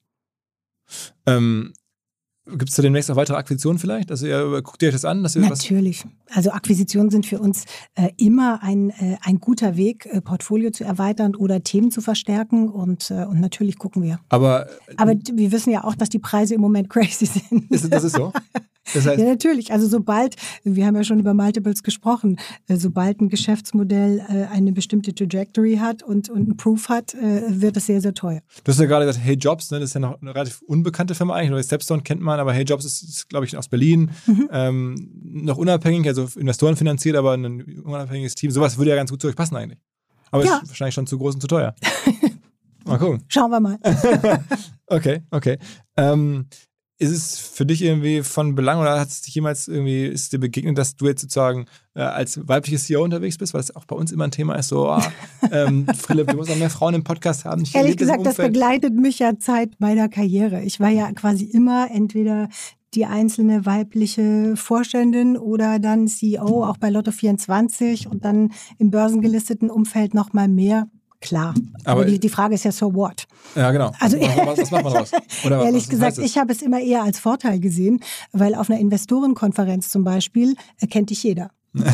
Ähm, Gibt es da demnächst auch weitere Akquisitionen vielleicht? Also ihr, guckt ihr euch das an? Dass ihr Natürlich. Was also Akquisitionen sind für uns äh, immer ein, äh, ein guter Weg, äh, Portfolio zu erweitern oder Themen zu verstärken und, äh, und natürlich gucken wir. Aber, Aber wir wissen ja auch, dass die Preise im Moment crazy sind. Ist, das ist so? Das heißt, ja, natürlich. Also sobald, wir haben ja schon über Multiples gesprochen, äh, sobald ein Geschäftsmodell äh, eine bestimmte Trajectory hat und, und einen Proof hat, äh, wird es sehr, sehr teuer. Du hast ja gerade gesagt, Hey Jobs, ne, das ist ja noch eine relativ unbekannte Firma eigentlich, oder Stepstone kennt man, aber Hey Jobs ist, ist glaube ich, aus Berlin, mhm. ähm, noch unabhängig, also Investoren finanziert, aber ein unabhängiges Team. Sowas würde ja ganz gut zu euch passen eigentlich. Aber ja. Ist wahrscheinlich schon zu groß und zu teuer. Mal gucken. Schauen wir mal. okay, okay. Ähm, Ist es für dich irgendwie von Belang oder hat es dich jemals irgendwie, ist dir begegnet, dass du jetzt sozusagen äh, als weibliches C E O unterwegs bist, weil das auch bei uns immer ein Thema ist, so, ah, ähm, Philipp, du musst auch mehr Frauen im Podcast haben. Ich Ehrlich gesagt, das begleitet mich ja Zeit meiner Karriere. Ich war ja quasi immer entweder die einzelne weibliche Vorständin oder dann C E O, auch bei Lotto vierundzwanzig und dann im börsengelisteten Umfeld noch mal mehr. Klar, aber, aber die, die Frage ist ja, so what? Ja, genau. Also, was, was macht man daraus? Oder ehrlich was, was gesagt, ich habe es immer eher als Vorteil gesehen, weil auf einer Investorenkonferenz zum Beispiel erkennt dich jeder.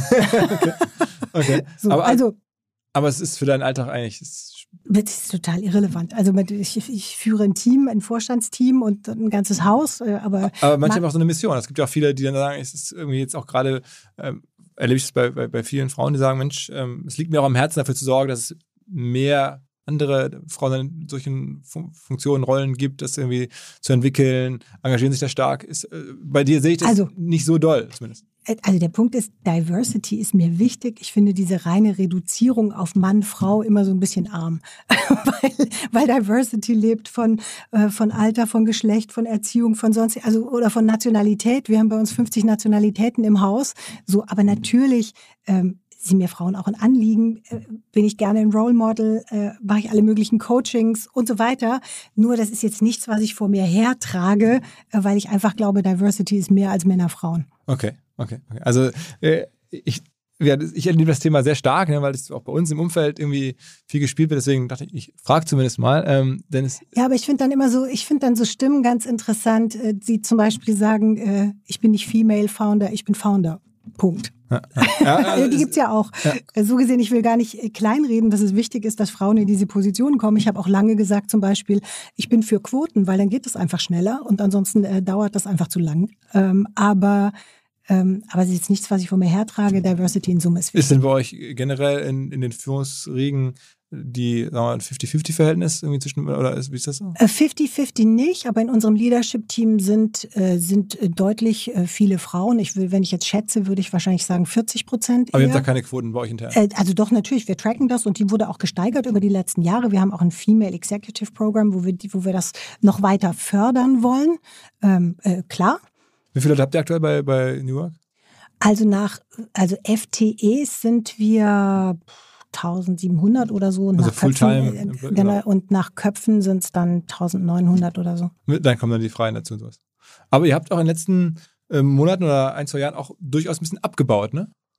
okay. okay. So, aber, also, aber es ist für deinen Alltag eigentlich... Das ist total irrelevant. Also ich, ich führe ein Team, ein Vorstandsteam und ein ganzes Haus. Aber, aber manche haben auch so eine Mission. Es gibt ja auch viele, die dann sagen, es ist irgendwie jetzt auch gerade... Ähm, erlebe ich es bei, bei, bei vielen Frauen, die sagen, Mensch, ähm, es liegt mir auch am Herzen, dafür zu sorgen, dass es mehr andere Frauen in solchen Fun- Funktionen, Rollen gibt, das irgendwie zu entwickeln, engagieren sich da stark. Ist, äh, bei dir sehe ich das also, nicht so doll, zumindest. Also der Punkt ist, Diversity ist mir wichtig. Ich finde diese reine Reduzierung auf Mann, Frau immer so ein bisschen arm. weil, weil Diversity lebt von, äh, von Alter, von Geschlecht, von Erziehung, von sonst, also, oder von Nationalität. Wir haben bei uns fünfzig Nationalitäten im Haus. So, aber natürlich, ähm, sind mir Frauen auch ein Anliegen, äh, bin ich gerne ein Role Model, äh, mache ich alle möglichen Coachings und so weiter. Nur das ist jetzt nichts, was ich vor mir hertrage, äh, weil ich einfach glaube, Diversity ist mehr als Männer, Frauen. Okay, okay. okay. Also äh, ich, ja, ich erlebe das Thema sehr stark, ne, weil es auch bei uns im Umfeld irgendwie viel gespielt wird. Deswegen dachte ich, ich frage zumindest mal. Ähm, denn es ja, aber ich finde dann immer so, ich finde dann so Stimmen ganz interessant, äh, die zum Beispiel sagen, äh, ich bin nicht Female Founder, ich bin Founder. Punkt. Ja, ja. Ja, also die gibt's ja auch. Ja. So gesehen, ich will gar nicht kleinreden, dass es wichtig ist, dass Frauen in diese Positionen kommen. Ich habe auch lange gesagt zum Beispiel, ich bin für Quoten, weil dann geht es einfach schneller und ansonsten äh, dauert das einfach zu lang. Ähm, aber ähm, aber es ist jetzt nichts, was ich vor mir hertrage. Diversity in Summe ist wichtig. Ist denn bei euch generell in, in den Führungsriegen die, sagen wir mal, fünfzig fünfzig Verhältnis irgendwie zwischen, oder ist, wie ist das so? fünfzig fünfzig nicht, aber in unserem Leadership-Team sind, äh, sind deutlich äh, viele Frauen. Ich will, wenn ich jetzt schätze, würde ich wahrscheinlich sagen vierzig Prozent. Aber ihr habt da keine Quoten bei euch intern? Äh, also doch, natürlich, wir tracken das und die wurde auch gesteigert über die letzten Jahre. Wir haben auch ein Female Executive Program, wo wir, wo wir das noch weiter fördern wollen. Ähm, äh, klar. Wie viele Leute habt ihr aktuell bei, bei New Work? Also nach, also F T Es sind wir eintausendsiebenhundert oder so. Und also nach Fulltime. Köpfen, äh, genau, und nach Köpfen sind es dann eintausendneunhundert oder so. Dann kommen dann die Freien dazu und sowas. Aber ihr habt auch in den letzten äh, Monaten oder ein, zwei Jahren auch durchaus ein bisschen abgebaut, ne?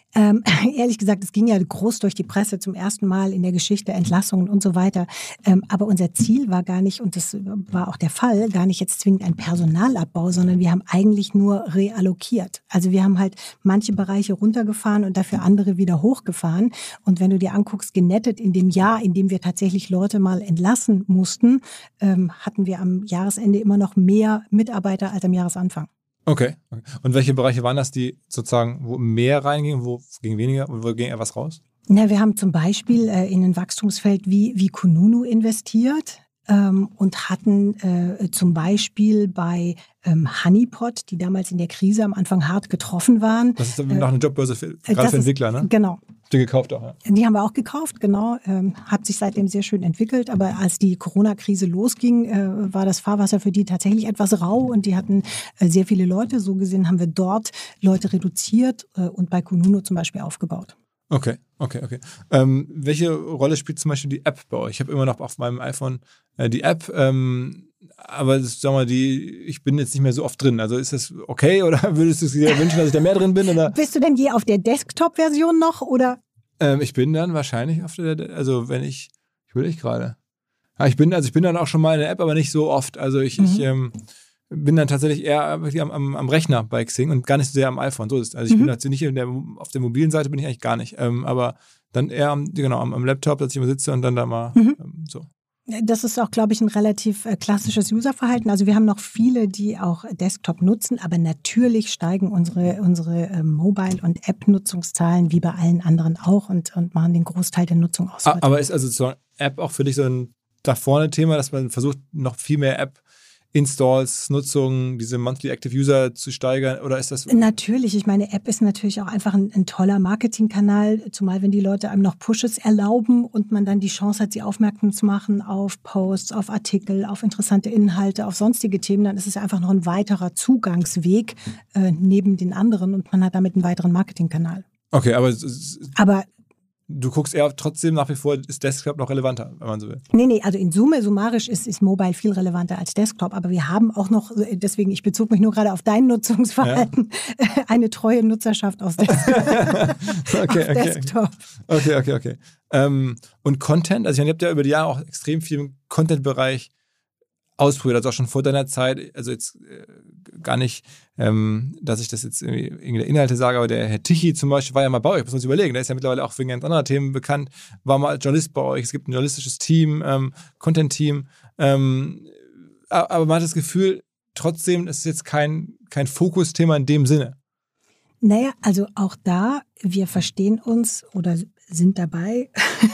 Ähm, ehrlich gesagt, es ging ja groß durch die Presse zum ersten Mal in der Geschichte, Entlassungen und so weiter. Ähm, aber unser Ziel war gar nicht, und das war auch der Fall, gar nicht jetzt zwingend ein Personalabbau, sondern wir haben eigentlich nur reallokiert. Also wir haben halt manche Bereiche runtergefahren und dafür andere wieder hochgefahren. Und wenn du dir anguckst, genettet in dem Jahr, in dem wir tatsächlich Leute mal entlassen mussten, ähm, hatten wir am Jahresende immer noch mehr Mitarbeiter als am Jahresanfang. Okay. okay. Und welche Bereiche waren das, die sozusagen, wo mehr reingingen, wo ging weniger und wo ging eher was raus? Na, wir haben zum Beispiel äh, in ein Wachstumsfeld wie, wie Kununu investiert ähm, und hatten äh, zum Beispiel bei ähm, Honeypot, die damals in der Krise am Anfang hart getroffen waren. Das ist äh, nach einer Jobbörse, für, gerade für Entwickler, ne? Genau. Die gekauft auch, ja. Die haben wir auch gekauft, genau. Ähm, hat sich seitdem sehr schön entwickelt. Aber als die Corona-Krise losging, äh, war das Fahrwasser für die tatsächlich etwas rau und die hatten äh, sehr viele Leute. So gesehen haben wir dort Leute reduziert äh, und bei Kununu zum Beispiel aufgebaut. Okay, okay, okay. Ähm, welche Rolle spielt zum Beispiel die App bei euch? Ich habe immer noch auf meinem iPhone äh, die App, ähm, aber das, sag mal, die, ich bin jetzt nicht mehr so oft drin. Also ist das okay oder würdest du dir wünschen, dass ich da mehr drin bin? Oder? Bist du denn je auf der Desktop-Version noch oder? Ähm, ich bin dann wahrscheinlich auf der, also wenn ich, ich will ich gerade. Ja, ich bin, also ich bin dann auch schon mal in der App, aber nicht so oft. Also ich, mhm. ich ähm, bin dann tatsächlich eher am, am, am Rechner bei Xing und gar nicht so sehr am iPhone. So ist, also ich mhm. bin dazu nicht in der, auf der mobilen Seite bin ich eigentlich gar nicht. Ähm, aber dann eher am, genau, am, am Laptop, dass ich immer sitze und dann da mal mhm. ähm, so. Das ist auch, glaube ich, ein relativ äh, klassisches Userverhalten. Also wir haben noch viele, die auch Desktop nutzen, aber natürlich steigen unsere, unsere äh, Mobile- und App-Nutzungszahlen wie bei allen anderen auch und, und machen den Großteil der Nutzung aus. Aber ist also so eine App auch für dich so ein da vorne Thema, dass man versucht, noch viel mehr App Installs, Nutzung, diese Monthly Active User zu steigern? Oder ist das... Natürlich. Ich meine, App ist natürlich auch einfach ein, ein toller Marketingkanal, zumal wenn die Leute einem noch Pushes erlauben und man dann die Chance hat, sie aufmerksam zu machen auf Posts, auf Artikel, auf interessante Inhalte, auf sonstige Themen, dann ist es einfach noch ein weiterer Zugangsweg äh, neben den anderen und man hat damit einen weiteren Marketingkanal. Okay, aber... Aber du guckst eher trotzdem nach wie vor, ist Desktop noch relevanter, wenn man so will? Nee, nee, also in Summe, summarisch ist, ist Mobile viel relevanter als Desktop, aber wir haben auch noch, deswegen, ich bezog mich nur gerade auf dein Nutzungsverhalten, ja. eine treue Nutzerschaft aus Desktop. okay, okay, Desktop. Okay, okay, okay. Ähm, und Content, also ich meine, ihr habt ja über die Jahre auch extrem viel im Content-Bereich ausprobiert, also auch schon vor deiner Zeit, also jetzt äh, gar nicht, ähm, dass ich das jetzt irgendwie irgendeine Inhalte sage, aber der Herr Tichy zum Beispiel war ja mal bei euch, muss man sich überlegen, der ist ja mittlerweile auch wegen ganz anderer Themen bekannt, war mal als Journalist bei euch, es gibt ein journalistisches Team, ähm, Content-Team, ähm, aber man hat das Gefühl, trotzdem ist es jetzt kein, kein Fokusthema in dem Sinne. Naja, also auch da, wir verstehen uns oder sind dabei,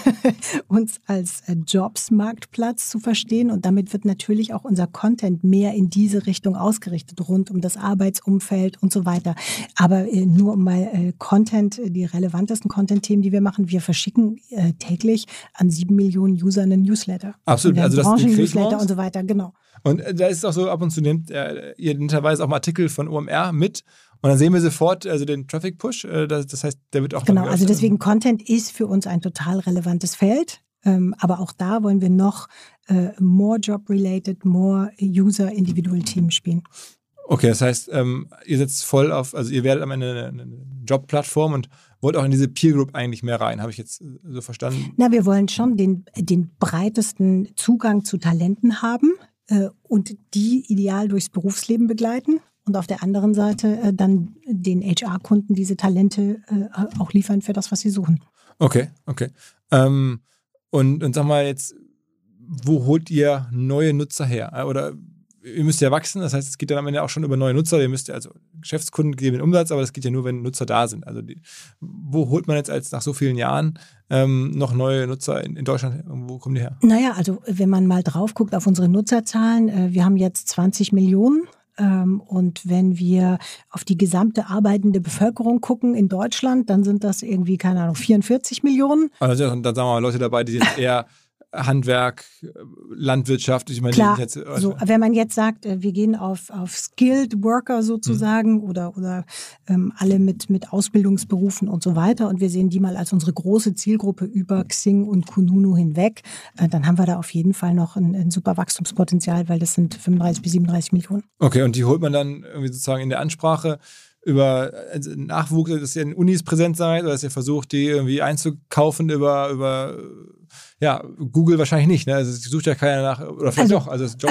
uns als Jobs-Marktplatz zu verstehen und damit wird natürlich auch unser Content mehr in diese Richtung ausgerichtet, rund um das Arbeitsumfeld und so weiter. Aber äh, nur um mal äh, Content, die relevantesten Content-Themen, die wir machen, wir verschicken äh, täglich an sieben Millionen User einen Newsletter. Absolut, also das ist Newsletter und so weiter, genau. Und äh, da ist es auch so, ab und zu nehmt äh, ihr netterweise auch mal Artikel von O M R mit. Und dann sehen wir sofort also den Traffic-Push. Das, das heißt, der wird auch... Genau, also deswegen Content ist für uns ein total relevantes Feld. Ähm, aber auch da wollen wir noch äh, more job-related, more user-individual-Themen spielen. Okay, das heißt, ähm, ihr setzt voll auf, also ihr werdet am Ende eine, eine Jobplattform und wollt auch in diese Peer Group eigentlich mehr rein, habe ich jetzt so verstanden? Na, wir wollen schon den, den breitesten Zugang zu Talenten haben äh, und die ideal durchs Berufsleben begleiten. Und auf der anderen Seite äh, dann den H R-Kunden diese Talente äh, auch liefern für das, was sie suchen. Okay, okay. Ähm, und, und sag mal jetzt, wo holt ihr neue Nutzer her? Oder ihr müsst ja wachsen, das heißt, es geht dann am Ende auch schon über neue Nutzer. Ihr müsst ja, also Geschäftskunden geben den Umsatz, aber das geht ja nur, wenn Nutzer da sind. Also die, wo holt man jetzt als nach so vielen Jahren ähm, noch neue Nutzer in, in Deutschland? Wo kommen die her? Naja, also wenn man mal drauf guckt auf unsere Nutzerzahlen, äh, wir haben jetzt zwanzig Millionen. Und wenn wir auf die gesamte arbeitende Bevölkerung gucken in Deutschland, dann sind das irgendwie, keine Ahnung, vierundvierzig Millionen. Also da sagen wir mal Leute dabei, die sind eher Handwerk, Landwirtschaft. Ich meine, Klar, jetzt, so, wenn man jetzt sagt, wir gehen auf, auf Skilled Worker sozusagen mhm. oder, oder ähm, alle mit, mit Ausbildungsberufen und so weiter und wir sehen die mal als unsere große Zielgruppe über Xing und Kununu hinweg, äh, dann haben wir da auf jeden Fall noch ein, ein super Wachstumspotenzial, weil das sind fünfunddreißig bis siebenunddreißig Millionen. Okay, und die holt man dann irgendwie sozusagen in der Ansprache über also Nachwuchs, dass ihr in Unis präsent seid oder dass ihr versucht, die irgendwie einzukaufen über, über ja, Google wahrscheinlich nicht, ne? Also es sucht ja keiner nach, oder vielleicht Also- doch, also das Job,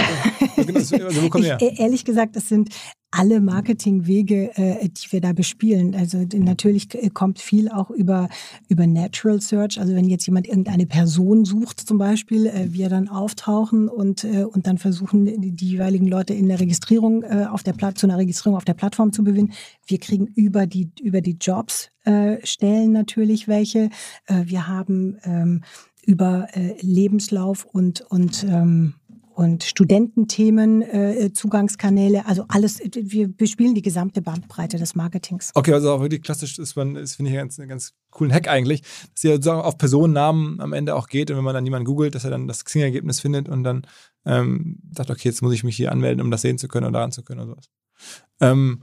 also wo kommt Ich, ihr? e- ehrlich gesagt, es sind alle Marketingwege, äh, die wir da bespielen. Also d- natürlich k- kommt viel auch über, über Natural Search. Also wenn jetzt jemand irgendeine Person sucht zum Beispiel, äh, wir dann auftauchen und, äh, und dann versuchen, die, die jeweiligen Leute in der Registrierung äh, auf der Pla- zu einer Registrierung auf der Plattform zu gewinnen. Wir kriegen über die, über die Jobs äh, Stellen natürlich welche. Äh, wir haben ähm, über äh, Lebenslauf und, und ähm, und Studententhemen, äh, Zugangskanäle, also alles, wir bespielen die gesamte Bandbreite des Marketings. Okay, also auch wirklich klassisch ist man, das finde ich ganz, einen ganz coolen Hack eigentlich, dass ihr sozusagen auf Personennamen am Ende auch geht und wenn man dann jemanden googelt, dass er dann das Xing-Ergebnis findet und dann ähm, sagt, okay, jetzt muss ich mich hier anmelden, um das sehen zu können oder daran zu können oder sowas. Ähm,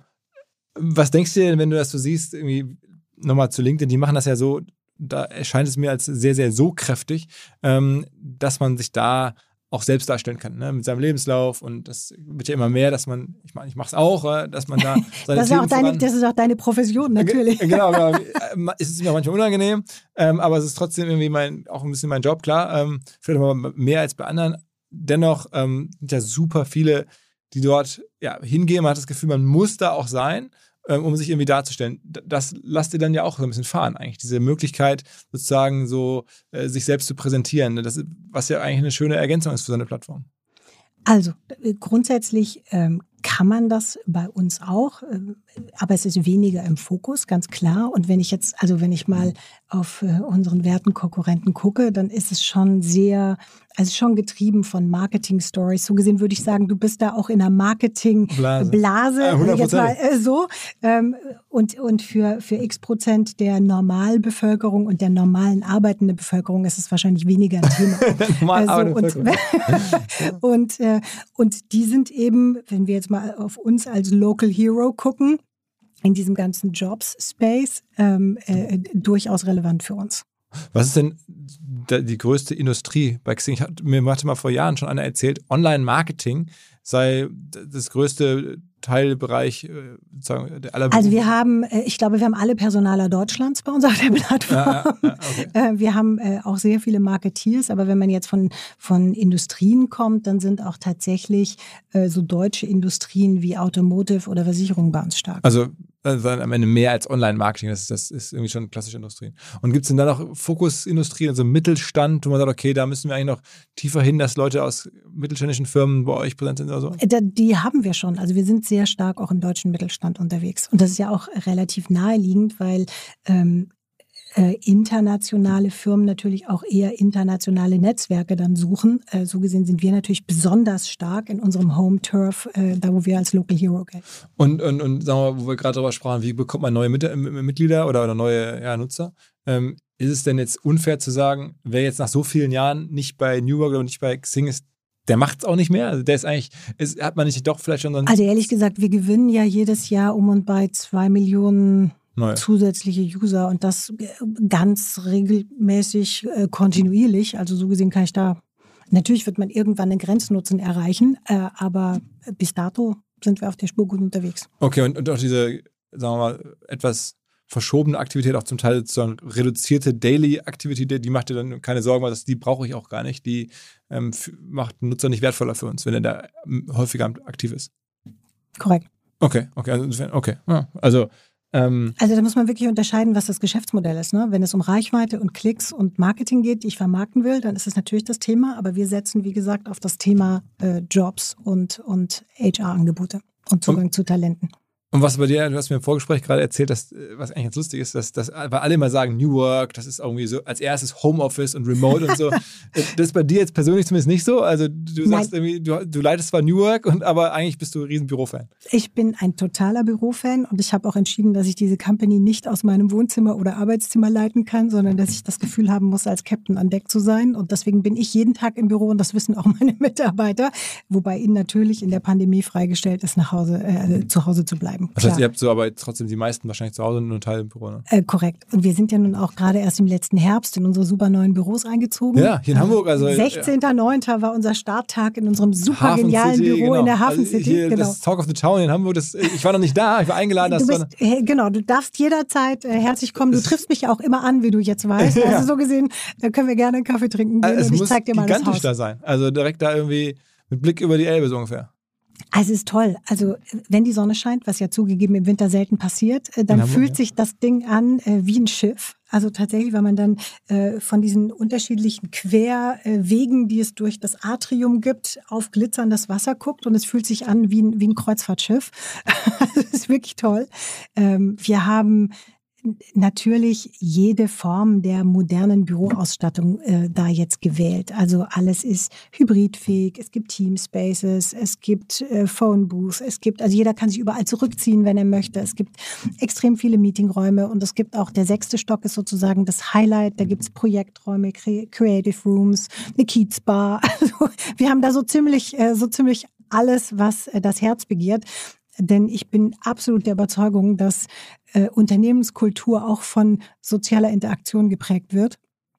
was denkst du denn, wenn du das so siehst, irgendwie nochmal zu LinkedIn, die machen das ja so, da erscheint es mir als sehr, sehr so kräftig, ähm, dass man sich da auch selbst darstellen kann, ne? Mit seinem Lebenslauf und das wird ja immer mehr, dass man, ich meine, ich mache es auch, äh, dass man da seine Das ist, auch Themen deine, voran- das ist auch deine Profession, natürlich. Ge- Genau, genau. Es ist mir manchmal unangenehm, ähm, aber es ist trotzdem irgendwie mein, auch ein bisschen mein Job, klar. Ähm, vielleicht mal mehr als bei anderen. Dennoch ähm, sind ja super viele, die dort ja, hingehen. Man hat das Gefühl, man muss da auch sein, ähm, um sich irgendwie darzustellen. D- Das lasst ihr dann ja auch so ein bisschen fahren, eigentlich. Diese Möglichkeit, sozusagen so äh, sich selbst zu präsentieren. Ne? Das ist, was ja eigentlich eine schöne Ergänzung ist für so eine Plattform. Also äh, grundsätzlich ähm, kann man das bei uns auch, äh, aber es ist weniger im Fokus, ganz klar. Und wenn ich jetzt, also wenn ich mal auf äh, unseren werten Konkurrenten gucke, dann ist es schon sehr, also schon getrieben von Marketing-Stories. So gesehen würde ich sagen, du bist da auch in einer Marketing-Blase, Blase. Ja, jetzt mal äh, so. Ähm, und und für, für x Prozent der Normalbevölkerung und der normalen arbeitenden Bevölkerung ist es wahrscheinlich weniger ein Thema. Normal Also, arbeitende und, und, äh, und die sind eben, wenn wir jetzt mal auf uns als Local Hero gucken, in diesem ganzen Jobs-Space ähm, äh, durchaus relevant für uns. Was ist denn die größte Industrie bei Xing? Ich hatte, mir hatte mal vor Jahren schon einer erzählt, Online-Marketing sei das größte Teilbereich äh, sozusagen der aller Also wir haben, äh, ich glaube, wir haben alle Personaler Deutschlands bei uns auf der Plattform. Ja, ja, ja, okay. Äh, Wir haben äh, auch sehr viele Marketeers, aber wenn man jetzt von, von Industrien kommt, dann sind auch tatsächlich äh, so deutsche Industrien wie Automotive oder Versicherung bei uns stark. Also also am Ende mehr als Online-Marketing, das ist, das ist irgendwie schon klassische Industrien. Und gibt es denn da noch Fokusindustrien, also Mittelstand, wo man sagt, okay, da müssen wir eigentlich noch tiefer hin, dass Leute aus mittelständischen Firmen bei euch präsent sind oder so? Da, die haben wir schon. Also wir sind sehr stark auch im deutschen Mittelstand unterwegs. Und das ist ja auch relativ naheliegend, weil ähm, äh, internationale Firmen natürlich auch eher internationale Netzwerke dann suchen. Äh, so gesehen sind wir natürlich besonders stark in unserem Home-Turf, äh, da wo wir als Local Hero gelten. Und, und, und sagen wir mal, wo wir gerade darüber sprachen, wie bekommt man neue Mit Mitglieder oder, oder neue ja, Nutzer? Ähm, ist es denn jetzt unfair zu sagen, wer jetzt nach so vielen Jahren nicht bei New Work oder nicht bei Xing ist, der macht es auch nicht mehr? Also der ist eigentlich, ist, hat man nicht doch vielleicht schon so ein Also ehrlich gesagt, wir gewinnen ja jedes Jahr um und bei zwei Millionen Neue. zusätzliche User und das ganz regelmäßig, äh, kontinuierlich. Also so gesehen kann ich da, natürlich wird man irgendwann einen Grenznutzen erreichen, äh, aber bis dato sind wir auf der Spur gut unterwegs. Okay, und, und auch diese, sagen wir mal, etwas verschobene Aktivität, auch zum Teil sozusagen reduzierte Daily-Aktivität, die macht dir dann keine Sorgen, weil das, die brauche ich auch gar nicht. Die ähm, f- macht den Nutzer nicht wertvoller für uns, wenn er da ähm, häufiger aktiv ist. Korrekt. Okay, okay, also insofern, okay. Ja, also ähm, Also da muss man wirklich unterscheiden, was das Geschäftsmodell ist. Ne? Wenn es um Reichweite und Klicks und Marketing geht, die ich vermarkten will, dann ist es natürlich das Thema. Aber wir setzen, wie gesagt, auf das Thema äh, Jobs und, und H R-Angebote und Zugang Und- zu Talenten. Und was bei dir, du hast mir im Vorgespräch gerade erzählt, dass, was eigentlich ganz lustig ist, dass, dass weil alle immer sagen, New Work, das ist irgendwie so, als erstes Homeoffice und Remote und so. Das ist bei dir jetzt persönlich zumindest nicht so. Also du sagst Nein. irgendwie, du, du leitest zwar New Work, und, aber eigentlich bist du ein riesen Bürofan. Ich bin ein totaler Bürofan und ich habe auch entschieden, dass ich diese Company nicht aus meinem Wohnzimmer oder Arbeitszimmer leiten kann, sondern dass ich das Gefühl haben muss, als Captain an Deck zu sein. Und deswegen bin ich jeden Tag im Büro und das wissen auch meine Mitarbeiter, wobei ihnen natürlich in der Pandemie freigestellt ist, nach Hause, äh, zu Hause zu bleiben. bleiben. Das heißt, ihr habt so aber trotzdem die meisten wahrscheinlich zu Hause und nur Teil im Büro, ne? Äh, korrekt. Und wir sind ja nun auch gerade erst im letzten Herbst in unsere super neuen Büros eingezogen. Ja, hier in Hamburg. Also sechzehnten neunten war unser Starttag in unserem super Hafen genialen City, Büro genau. in der Hafen also City. Hier, genau. Das Talk of the Town in Hamburg, das, ich war noch nicht da, ich war eingeladen. Du dass bist, äh, genau, du darfst jederzeit äh, herzlich kommen. Du triffst mich ja auch immer an, wie du jetzt weißt. Ja. Also so gesehen, da können wir gerne einen Kaffee trinken gehen also und ich zeig dir mal das Haus. Es muss gigantisch da sein. Also direkt da irgendwie mit Blick über die Elbe so ungefähr. Also es ist toll. Also wenn die Sonne scheint, was ja zugegeben im Winter selten passiert, dann Hamburg, fühlt ja. sich das Ding an äh, wie ein Schiff. Also tatsächlich, weil man dann äh, von diesen unterschiedlichen Querwegen, äh, die es durch das Atrium gibt, auf glitzerndes Wasser guckt und es fühlt sich an wie ein, wie ein Kreuzfahrtschiff. Das ist wirklich toll. Ähm, wir haben natürlich jede Form der modernen Büroausstattung äh, da jetzt gewählt. Also alles ist hybridfähig, es gibt Teamspaces, es gibt äh, Phone Booths, es gibt, also jeder kann sich überall zurückziehen, wenn er möchte. Es gibt extrem viele Meetingräume und es gibt auch, der sechste Stock ist sozusagen das Highlight, da gibt es Projekträume, Cre- Creative Rooms, eine Kiez Bar. Also wir haben da so ziemlich, äh, so ziemlich alles, was äh, das Herz begehrt. Denn ich bin absolut der Überzeugung, dass äh, Unternehmenskultur auch von sozialer Interaktion geprägt wird.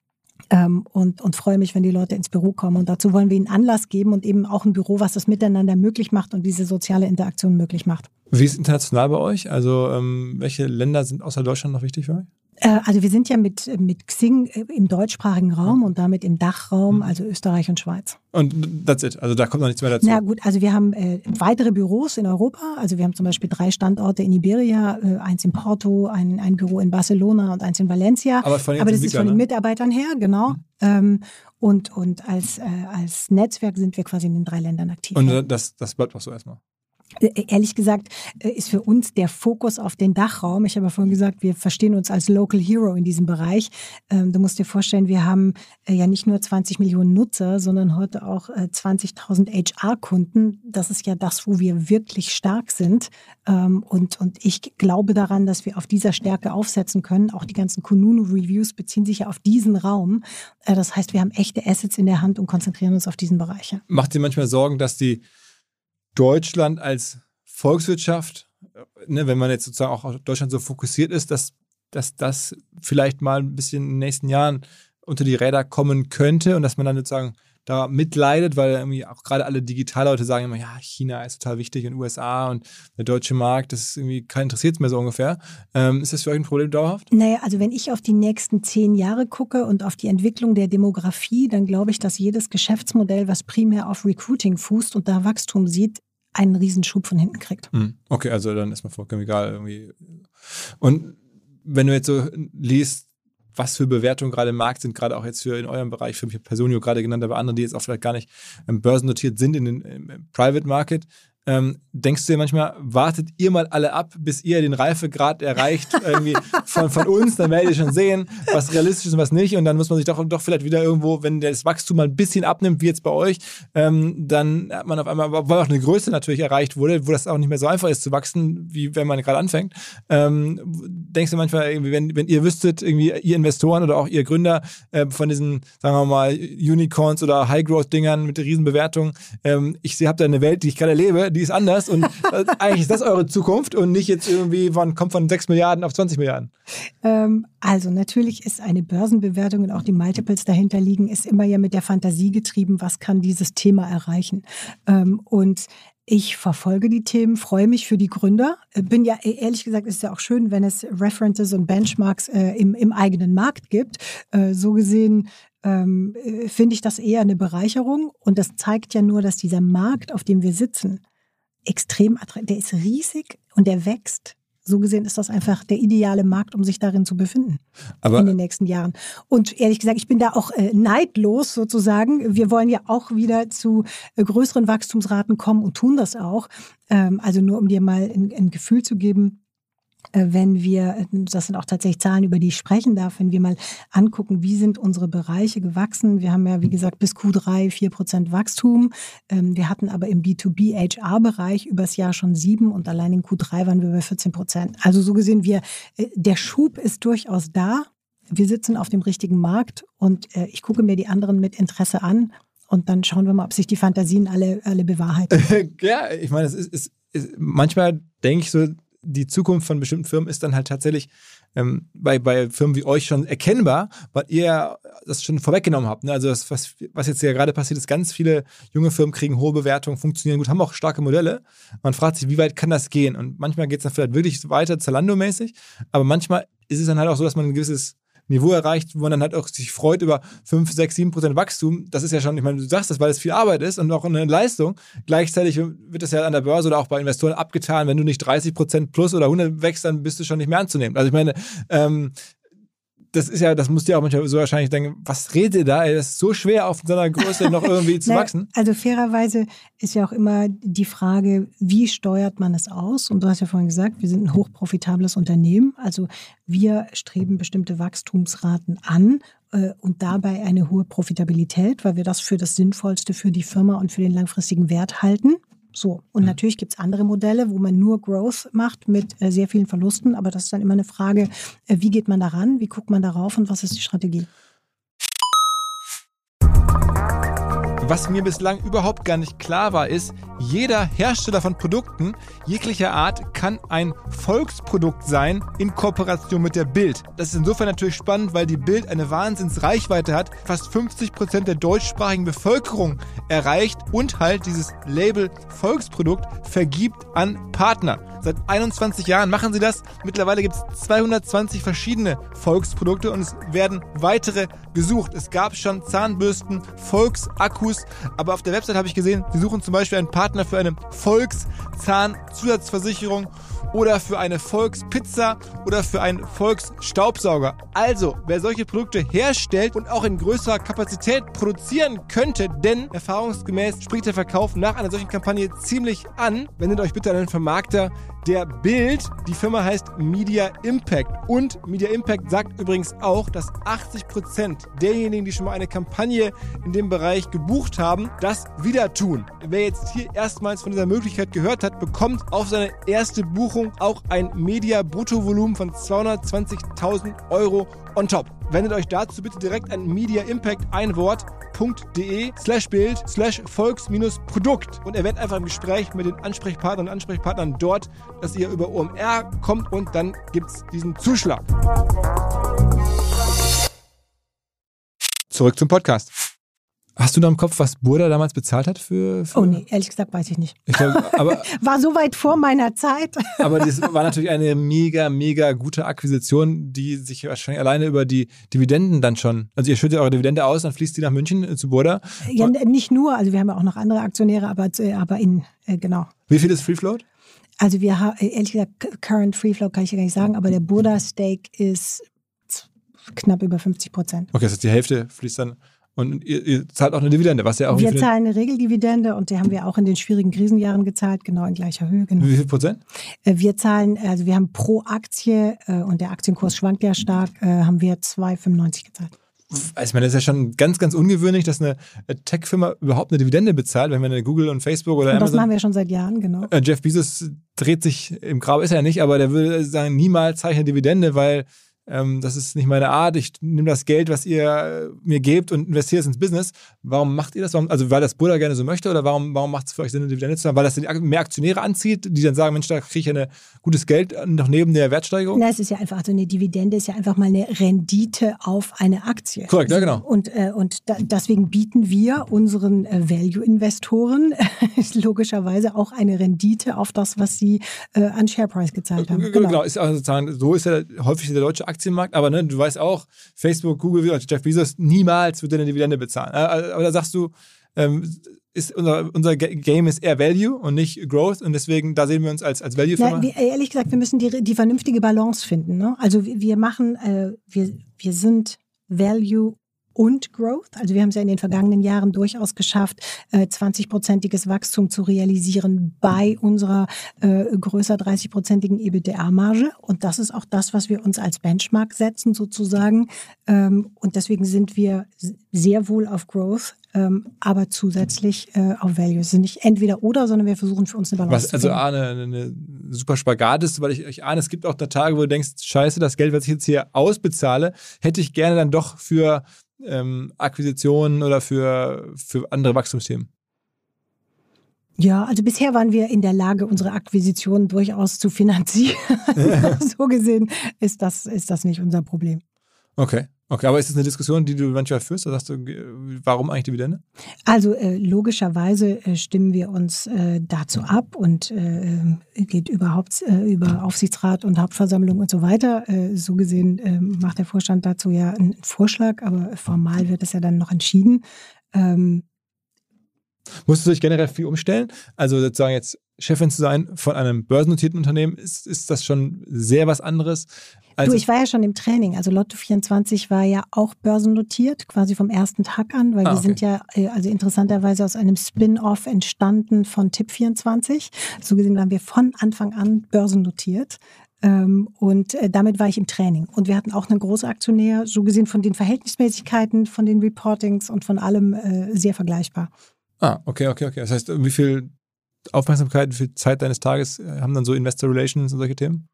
Ähm, und, und freue mich, wenn die Leute ins Büro kommen. Und dazu wollen wir ihnen Anlass geben und eben auch ein Büro, was das Miteinander möglich macht und diese soziale Interaktion möglich macht. Wie ist es international bei euch? Also ähm, welche Länder sind außer Deutschland noch wichtig für euch? Also wir sind ja mit, mit Xing im deutschsprachigen Raum und damit im Dachraum, also Österreich und Schweiz. Und that's it, also da kommt noch nichts mehr dazu? Na gut, also wir haben äh, weitere Büros in Europa, also wir haben zum Beispiel drei Standorte in Iberia, äh, eins in Porto, ein, ein Büro in Barcelona und eins in Valencia. Aber, von den Aber das ist von den ne? Mitarbeitern her, genau. Mhm. Ähm, und und als, äh, als Netzwerk sind wir quasi in den drei Ländern aktiv. Und ja. das, das bleibt auch so erstmal? Ehrlich gesagt ist für uns der Fokus auf den Dachraum. Ich habe ja vorhin gesagt, wir verstehen uns als Local Hero in diesem Bereich. Du musst dir vorstellen, wir haben ja nicht nur zwanzig Millionen Nutzer, sondern heute auch zwanzigtausend H R-Kunden. Das ist ja das, wo wir wirklich stark sind. Und, und ich glaube daran, dass wir auf dieser Stärke aufsetzen können. Auch die ganzen Kununu-Reviews beziehen sich ja auf diesen Raum. Das heißt, wir haben echte Assets in der Hand und konzentrieren uns auf diesen Bereich. Macht dir manchmal Sorgen, dass die Deutschland als Volkswirtschaft, ne, wenn man jetzt sozusagen auch auf Deutschland so fokussiert ist, dass, dass das vielleicht mal ein bisschen in den nächsten Jahren unter die Räder kommen könnte und dass man dann sozusagen da mitleidet, weil irgendwie auch gerade alle Digitalleute sagen immer, ja, China ist total wichtig und U S A und der deutsche Markt, das ist irgendwie, keinen interessiert es mehr so ungefähr. Ähm, ist das für euch ein Problem dauerhaft? Naja, also wenn ich auf die nächsten zehn Jahre gucke und auf die Entwicklung der Demografie, dann glaube ich, dass jedes Geschäftsmodell, was primär auf Recruiting fußt und da Wachstum sieht, einen Riesenschub von hinten kriegt. Okay, also dann ist mir vollkommen egal irgendwie. Und wenn du jetzt so liest, was für Bewertungen gerade im Markt sind, gerade auch jetzt für in eurem Bereich, für mich Personio gerade genannt, aber andere, die jetzt auch vielleicht gar nicht ähm, börsennotiert sind in den im Private Market, ähm, denkst du dir manchmal, wartet ihr mal alle ab, bis ihr den Reifegrad erreicht irgendwie von, von uns, dann werdet ihr schon sehen, was realistisch ist und was nicht und dann muss man sich doch, doch vielleicht wieder irgendwo, wenn das Wachstum mal ein bisschen abnimmt, wie jetzt bei euch, ähm, dann hat man auf einmal, weil auch eine Größe natürlich erreicht wurde, wo das auch nicht mehr so einfach ist zu wachsen, wie wenn man gerade anfängt. Ähm, denkst du manchmal, irgendwie, wenn, wenn ihr wüsstet, irgendwie ihr Investoren oder auch ihr Gründer äh, von diesen, sagen wir mal, Unicorns oder High-Growth-Dingern mit Riesenbewertungen, ähm, ich habe da eine Welt, die ich gerade erlebe, die ist anders und eigentlich ist das eure Zukunft und nicht jetzt irgendwie, wann kommt von sechs Milliarden auf zwanzig Milliarden. Ähm, also natürlich ist eine Börsenbewertung und auch die Multiples dahinter liegen, ist immer ja mit der Fantasie getrieben, was kann dieses Thema erreichen. Ähm, und ich verfolge die Themen, freue mich für die Gründer. Bin ja, ehrlich gesagt, ist ja auch schön, wenn es References und Benchmarks äh, im, im eigenen Markt gibt. Äh, so gesehen ähm, finde ich das eher eine Bereicherung und das zeigt ja nur, dass dieser Markt, auf dem wir sitzen, extrem attraktiv, der ist riesig und der wächst. So gesehen ist das einfach der ideale Markt, um sich darin zu befinden. Aber in den nächsten Jahren. Und ehrlich gesagt, ich bin da auch äh, neidlos sozusagen. Wir wollen ja auch wieder zu äh, größeren Wachstumsraten kommen und tun das auch. Ähm, also nur um dir mal ein, ein Gefühl zu geben, wenn wir, das sind auch tatsächlich Zahlen, über die ich sprechen darf, wenn wir mal angucken, wie sind unsere Bereiche gewachsen. Wir haben ja, wie gesagt, bis Q drei vier Prozent Wachstum. Wir hatten aber im B zwei B H R-Bereich übers Jahr schon sieben und allein in Q drei waren wir bei vierzehn Prozent. Also so gesehen, wir, der Schub ist durchaus da. Wir sitzen auf dem richtigen Markt und ich gucke mir die anderen mit Interesse an und dann schauen wir mal, ob sich die Fantasien alle, alle bewahrheiten. Ja, ich meine, es ist, ist, ist manchmal denke ich so, die Zukunft von bestimmten Firmen ist dann halt tatsächlich ähm, bei, bei Firmen wie euch schon erkennbar, weil ihr das schon vorweggenommen habt. Ne? Also das, was, was jetzt ja gerade passiert ist, ganz viele junge Firmen kriegen hohe Bewertungen, funktionieren gut, haben auch starke Modelle. Man fragt sich, wie weit kann das gehen? Und manchmal geht es dann vielleicht wirklich weiter Zalando-mäßig, aber manchmal ist es dann halt auch so, dass man ein gewisses Niveau erreicht, wo man dann halt auch sich freut über fünf, sechs, sieben Prozent Wachstum. Das ist ja schon, ich meine, du sagst das, weil es viel Arbeit ist und auch eine Leistung. Gleichzeitig wird das ja an der Börse oder auch bei Investoren abgetan. Wenn du nicht dreißig Prozent plus oder hundert wächst, dann bist du schon nicht mehr anzunehmen. Also ich meine, ähm, das ist ja, das musst du ja auch manchmal so wahrscheinlich denken, was redet ihr da? Ey, das ist so schwer, auf so einer Größe noch irgendwie zu Na, wachsen. Also fairerweise ist ja auch immer die Frage, wie steuert man es aus? Und du hast ja vorhin gesagt, wir sind ein hochprofitables Unternehmen. Also wir streben bestimmte Wachstumsraten an äh, und dabei eine hohe Profitabilität, weil wir das für das Sinnvollste für die Firma und für den langfristigen Wert halten. So, und mhm. natürlich gibt es andere Modelle, wo man nur Growth macht mit äh, sehr vielen Verlusten, aber das ist dann immer eine Frage, äh, wie geht man daran, wie guckt man darauf und was ist die Strategie? Was mir bislang überhaupt gar nicht klar war, ist, jeder Hersteller von Produkten jeglicher Art kann ein Volksprodukt sein in Kooperation mit der Bild. Das ist insofern natürlich spannend, weil die Bild eine Wahnsinnsreichweite hat, fast fünfzig Prozent der deutschsprachigen Bevölkerung erreicht und halt dieses Label Volksprodukt vergibt an Partner. Seit einundzwanzig Jahren machen sie das. Mittlerweile gibt es zweihundertzwanzig verschiedene Volksprodukte und es werden weitere gesucht. Es gab schon Zahnbürsten, Volksakkus, aber auf der Website habe ich gesehen, sie suchen zum Beispiel einen Partner für eine Volkszahnzusatzversicherung oder für eine Volkspizza oder für einen Volksstaubsauger. Also, wer solche Produkte herstellt und auch in größerer Kapazität produzieren könnte, denn erfahrungsgemäß spricht der Verkauf nach einer solchen Kampagne ziemlich an, wendet euch bitte an den Vermarkter der Bild. Die Firma heißt Media Impact und Media Impact sagt übrigens auch, dass achtzig Prozent derjenigen, die schon mal eine Kampagne in dem Bereich gebucht haben, das wieder tun. Wer jetzt hier erstmals von dieser Möglichkeit gehört hat, bekommt auf seine erste Buchung auch ein Media-Bruttovolumen von zweihundertzwanzigtausend Euro on top. Wendet euch dazu bitte direkt an Media Impact, ein Wort, .de slash Bild slash Volks minus Produkt und erwähnt einfach im Gespräch mit den Ansprechpartnern und Ansprechpartnern dort, dass ihr über O M R kommt und dann gibt's diesen Zuschlag. Zurück zum Podcast. Hast du da im Kopf, was Burda damals bezahlt hat für... für oh nee, ehrlich gesagt weiß ich nicht. Ich glaub, aber, war so weit vor meiner Zeit. Aber das war natürlich eine mega, mega gute Akquisition, die sich wahrscheinlich alleine über die Dividenden dann schon... Also ihr schüttet eure Dividende aus, dann fließt die nach München zu Burda. Ja, nicht nur, also wir haben ja auch noch andere Aktionäre, aber, aber in, äh, genau. Wie viel ist Free Float? Also wir haben, ehrlich gesagt, Current Free Float kann ich ja gar nicht sagen, aber der Burda Stake ist knapp über fünfzig Prozent. Okay, das heißt, die Hälfte fließt dann... Und ihr, ihr zahlt auch eine Dividende, was ja auch... Wir zahlen eine Regeldividende und die haben wir auch in den schwierigen Krisenjahren gezahlt, genau in gleicher Höhe. Genau. Wie viel Prozent? Wir zahlen, also wir haben pro Aktie, und der Aktienkurs schwankt ja stark, haben wir zwei Komma fünfundneunzig gezahlt. Also ich meine, das ist ja schon ganz, ganz ungewöhnlich, dass eine Tech-Firma überhaupt eine Dividende bezahlt, wenn wir eine Google und Facebook oder und das Amazon... Das machen wir schon seit Jahren, genau. Jeff Bezos dreht sich, im Grab ist er ja nicht, aber der würde sagen, niemals zeichne Dividende, weil... Ähm, das ist nicht meine Art, ich nehme das Geld, was ihr mir gebt und investiere es ins Business. Warum macht ihr das? Warum, also weil das Burda gerne so möchte oder warum, warum macht es für euch Sinn, eine Dividende zu haben? Weil das mehr Aktionäre anzieht, die dann sagen, Mensch, da kriege ich ja ein gutes Geld noch neben der Wertsteigerung? Na, es ist ja einfach, so eine Dividende ist ja einfach mal eine Rendite auf eine Aktie. Korrekt, ja genau. Und, äh, und da, deswegen bieten wir unseren äh, Value-Investoren logischerweise auch eine Rendite auf das, was sie äh, an Share Price gezahlt haben. Genau, genau. Ist also sozusagen, so ist ja häufig der deutsche Aktienmarkt, aber ne, du weißt auch, Facebook, Google, Jeff Bezos, niemals wird eine Dividende bezahlen. Aber da sagst du, ähm, ist unser, unser Game ist eher Value und nicht Growth und deswegen, da sehen wir uns als, als Value-Firma. Ja, ehrlich gesagt, wir müssen die, die vernünftige Balance finden. Ne? Also wir machen, äh, wir, wir sind Value und Growth. Also wir haben es ja in den vergangenen Jahren durchaus geschafft, zwanzig-prozentiges Wachstum zu realisieren bei unserer äh, größer dreißig-prozentigen EBITDA-Marge. Und das ist auch das, was wir uns als Benchmark setzen sozusagen. Ähm, und deswegen sind wir sehr wohl auf Growth, ähm, aber zusätzlich äh, auf Value. Es ist nicht entweder oder, sondern wir versuchen für uns eine Balance was, zu finden. Also eine, eine super Spagat ist, weil ich, ich ahne, es gibt auch da Tage, wo du denkst, scheiße, das Geld, was ich jetzt hier ausbezahle, hätte ich gerne dann doch für Ähm, Akquisitionen oder für, für andere Wachstumsthemen? Ja, also bisher waren wir in der Lage, unsere Akquisitionen durchaus zu finanzieren. So gesehen ist das, ist das nicht unser Problem. Okay. Okay, aber ist das eine Diskussion, die du manchmal führst? Da sagst du, warum eigentlich Dividende? Also äh, logischerweise äh, stimmen wir uns äh, dazu ab und äh, geht überhaupt äh, über Aufsichtsrat und Hauptversammlung und so weiter. Äh, so gesehen äh, macht der Vorstand dazu ja einen Vorschlag, aber formal wird es ja dann noch entschieden. Ähm, Musst du dich generell viel umstellen? Also sozusagen jetzt Chefin zu sein von einem börsennotierten Unternehmen, ist, ist das schon sehr was anderes? Du, ich war ja schon im Training. Also Lotto vierundzwanzig war ja auch börsennotiert, quasi vom ersten Tag an, weil ah, wir okay. sind ja also interessanterweise aus einem Spin-off entstanden von Tipp vierundzwanzig. So gesehen waren wir von Anfang an börsennotiert. Und damit war ich im Training. Und wir hatten auch einen Großaktionär, so gesehen von den Verhältnismäßigkeiten, von den Reportings und von allem sehr vergleichbar. Ah, okay, okay, okay. Das heißt, wie viel Aufmerksamkeit, wie viel Zeit deines Tages haben dann so Investor Relations und solche Themen?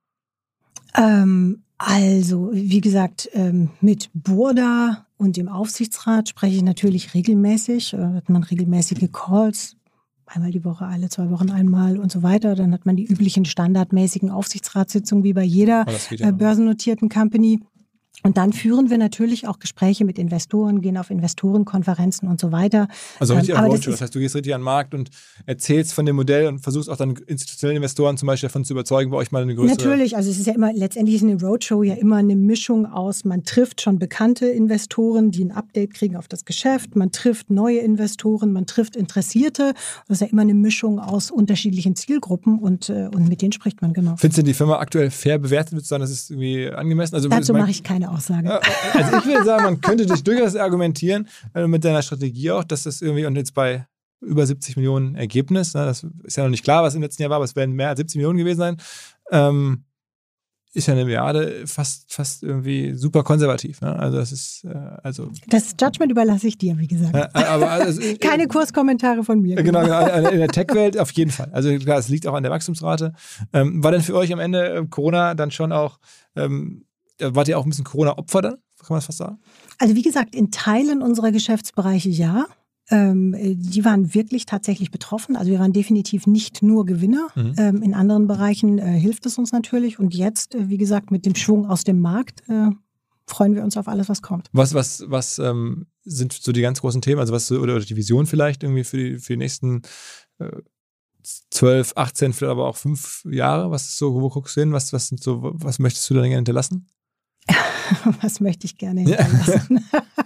Ähm, also, wie gesagt, ähm, mit Burda und dem Aufsichtsrat spreche ich natürlich regelmäßig. Da hat man regelmäßige Calls, einmal die Woche, alle zwei Wochen einmal und so weiter. Dann hat man die üblichen standardmäßigen Aufsichtsratssitzungen wie bei jeder oh, äh, börsennotierten Company. Und dann führen wir natürlich auch Gespräche mit Investoren, gehen auf Investorenkonferenzen und so weiter. Also richtig ähm, am Roadshow, das, das heißt, du gehst richtig an den Markt und erzählst von dem Modell und versuchst auch dann institutionelle Investoren zum Beispiel davon zu überzeugen, bei euch mal eine größere... Natürlich, also es ist ja immer, letztendlich ist eine Roadshow ja immer eine Mischung aus, man trifft schon bekannte Investoren, die ein Update kriegen auf das Geschäft, man trifft neue Investoren, man trifft Interessierte. Das ist ja immer eine Mischung aus unterschiedlichen Zielgruppen und, und mit denen spricht man, genau. Findest du die Firma aktuell fair bewertet? Würdest du sagen, das ist irgendwie angemessen? Also, dazu mache ich keine Aussage. Also ich würde sagen, man könnte dich durchaus argumentieren, äh, mit deiner Strategie auch, dass das irgendwie, und jetzt bei über siebzig Millionen Ergebnis, ne, das ist ja noch nicht klar, was im letzten Jahr war, aber es werden mehr als siebzig Millionen gewesen sein, ähm, ist ja eine Milliarde fast, fast irgendwie super konservativ. Ne? Also das ist, äh, also... Das Judgment überlasse ich dir, wie gesagt. Äh, aber also, keine Kurskommentare von mir. Genau, genau, in der Tech-Welt auf jeden Fall. Also klar, es liegt auch an der Wachstumsrate. Ähm, war denn für euch am Ende äh, Corona dann schon auch... Ähm, wart ihr auch ein bisschen Corona-Opfer dann? Kann man das fast sagen? Also wie gesagt, in Teilen unserer Geschäftsbereiche ja. Ähm, die waren wirklich tatsächlich betroffen. Also wir waren definitiv nicht nur Gewinner. Mhm. Ähm, in anderen Bereichen äh, hilft es uns natürlich. Und jetzt, äh, wie gesagt, mit dem Schwung aus dem Markt äh, freuen wir uns auf alles, was kommt. Was, was, was ähm, sind so die ganz großen Themen? Also was oder, oder die Vision vielleicht irgendwie für die, für die nächsten äh, zwölf, achtzehn, vielleicht aber auch fünf Jahre? Was ist so, wo guckst du hin? Was, was, sind so, was möchtest du da gerne hinterlassen? Was möchte ich gerne hinterlassen?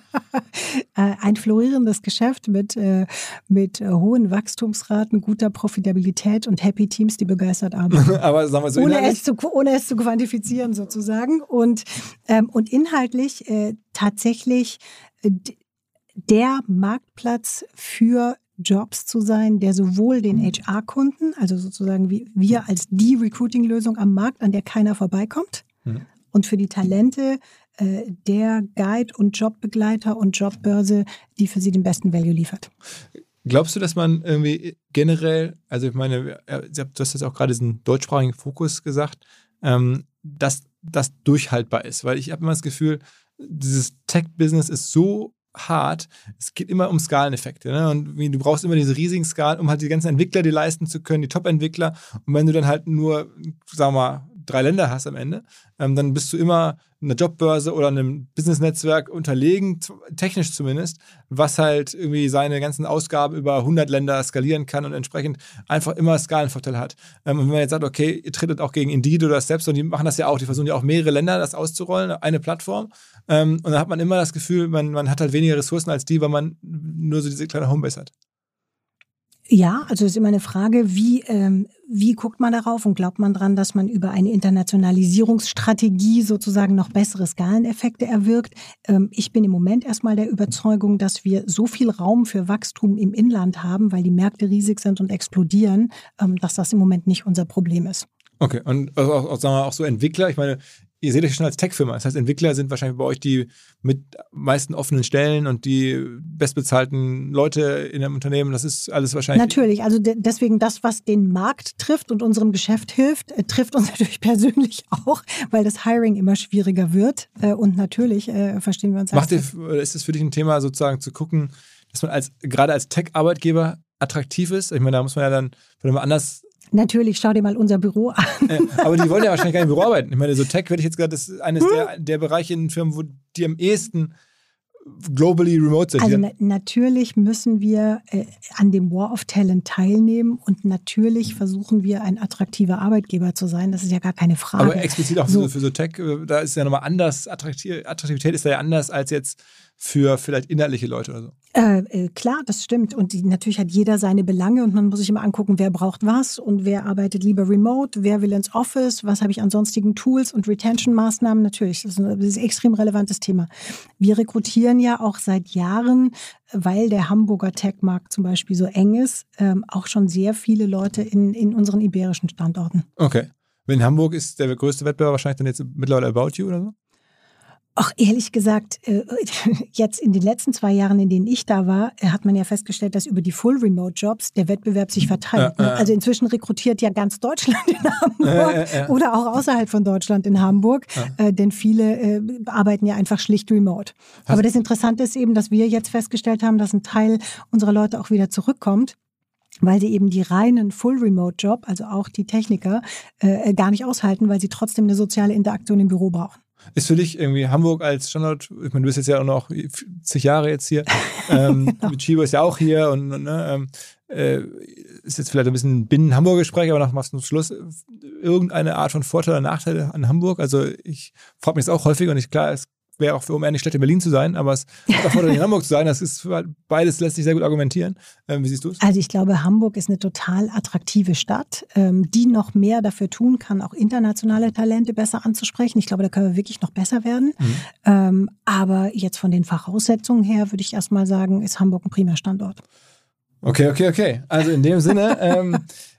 Ja. Ein florierendes Geschäft mit, mit hohen Wachstumsraten, guter Profitabilität und Happy Teams, die begeistert arbeiten. Aber sagen wir so ohne, es zu, ohne es zu quantifizieren sozusagen. Und, ähm, und inhaltlich äh, tatsächlich äh, der Marktplatz für Jobs zu sein, der sowohl den H R-Kunden, also sozusagen wie wir als die Recruiting-Lösung am Markt, an der keiner vorbeikommt, mhm. und für die Talente äh, der Guide und Jobbegleiter und Jobbörse, die für sie den besten Value liefert. Glaubst du, dass man irgendwie generell, also ich meine, du hast jetzt auch gerade diesen deutschsprachigen Fokus gesagt, ähm, dass das durchhaltbar ist? Weil ich habe immer das Gefühl, dieses Tech-Business ist so hart, es geht immer um Skaleneffekte. Ne? Und wie, du brauchst immer diese riesigen Skalen, um halt die ganzen Entwickler die leisten zu können, die Top-Entwickler. Und wenn du dann halt nur, sagen wir mal, drei Länder hast am Ende, ähm, dann bist du immer einer Jobbörse oder einem Business-Netzwerk unterlegen, technisch zumindest, was halt irgendwie seine ganzen Ausgaben über hundert Länder skalieren kann und entsprechend einfach immer Skalenvorteil hat. Ähm, und wenn man jetzt sagt, okay, ihr tretet auch gegen Indeed oder Stepstone, die machen das ja auch, die versuchen ja auch mehrere Länder das auszurollen, eine Plattform. Ähm, und dann hat man immer das Gefühl, man, man hat halt weniger Ressourcen als die, weil man nur so diese kleine Homebase hat. Ja, also es ist immer eine Frage, wie, ähm, wie guckt man darauf und glaubt man dran, dass man über eine Internationalisierungsstrategie sozusagen noch bessere Skaleneffekte erwirkt? Ähm, ich bin im Moment erstmal der Überzeugung, dass wir so viel Raum für Wachstum im Inland haben, weil die Märkte riesig sind und explodieren, ähm, dass das im Moment nicht unser Problem ist. Okay, und also auch, sagen wir auch so Entwickler, ich meine, ihr seht euch schon als Tech-Firma. Das heißt, Entwickler sind wahrscheinlich bei euch die mit meisten offenen Stellen und die bestbezahlten Leute in einem Unternehmen. Das ist alles wahrscheinlich... Natürlich, also de- deswegen das, was den Markt trifft und unserem Geschäft hilft, äh, trifft uns natürlich persönlich auch, weil das Hiring immer schwieriger wird. Äh, und natürlich äh, verstehen wir uns... Macht ihr, ist es für dich ein Thema, sozusagen zu gucken, dass man als gerade als Tech-Arbeitgeber attraktiv ist? Ich meine, da muss man ja dann mal anders... Natürlich, schau dir mal unser Büro an. Äh, aber die wollen ja wahrscheinlich gar nicht im Büro arbeiten. Ich meine, so Tech, werde ich jetzt gesagt, das ist eines hm. der, der Bereiche in Firmen, wo die am ehesten globally remote sind. Also na- natürlich müssen wir äh, an dem War of Talent teilnehmen und natürlich versuchen wir, ein attraktiver Arbeitgeber zu sein. Das ist ja gar keine Frage. Aber explizit auch so. für so Tech, da ist ja nochmal anders, Attraktiv- Attraktivität ist da ja anders als jetzt für vielleicht inhaltliche Leute oder so. Äh, äh, klar, das stimmt. Und die, natürlich hat jeder seine Belange und man muss sich immer angucken, wer braucht was und wer arbeitet lieber remote, wer will ins Office, was habe ich an sonstigen Tools und Retention-Maßnahmen. Natürlich, das ist, ein, das ist ein extrem relevantes Thema. Wir rekrutieren ja auch seit Jahren, weil der Hamburger Tech-Markt zum Beispiel so eng ist, ähm, auch schon sehr viele Leute in, in unseren iberischen Standorten. Okay. In Hamburg ist der größte Wettbewerb wahrscheinlich dann jetzt mittlerweile About You oder so? Ach, ehrlich gesagt, jetzt in den letzten zwei Jahren, in denen ich da war, hat man ja festgestellt, dass über die Full-Remote-Jobs der Wettbewerb sich verteilt. Ja, ja. Also inzwischen rekrutiert ja ganz Deutschland in Hamburg ja, ja, ja. oder auch außerhalb von Deutschland in Hamburg, ja. denn viele äh, arbeiten ja einfach schlicht remote. Hast Aber das Interessante ist eben, dass wir jetzt festgestellt haben, dass ein Teil unserer Leute auch wieder zurückkommt, weil sie eben die reinen Full-Remote-Job, also auch die Techniker, äh, gar nicht aushalten, weil sie trotzdem eine soziale Interaktion im Büro brauchen. Ist für dich irgendwie Hamburg als Standort, ich meine, du bist jetzt ja auch noch zig Jahre jetzt hier, ähm, genau. Chibo ist ja auch hier und, und ne, äh, ist jetzt vielleicht ein bisschen ein Binnen-Hamburg-Gespräch, aber noch mal zum Schluss irgendeine Art von Vorteil oder Nachteil an Hamburg? Also ich frage mich das auch häufig und ich, klar, es wäre auch für O M R nicht schlecht in Berlin zu sein, aber es hat auch Vorteil in Hamburg zu sein, das ist beides lässt sich sehr gut argumentieren. Ähm, wie siehst du es? Also ich glaube, Hamburg ist eine total attraktive Stadt, ähm, die noch mehr dafür tun kann, auch internationale Talente besser anzusprechen. Ich glaube, da können wir wirklich noch besser werden. Mhm. Ähm, aber jetzt von den Voraussetzungen her würde ich erstmal sagen, ist Hamburg ein prima Standort. Okay, okay, okay. Also in dem Sinne, ähm,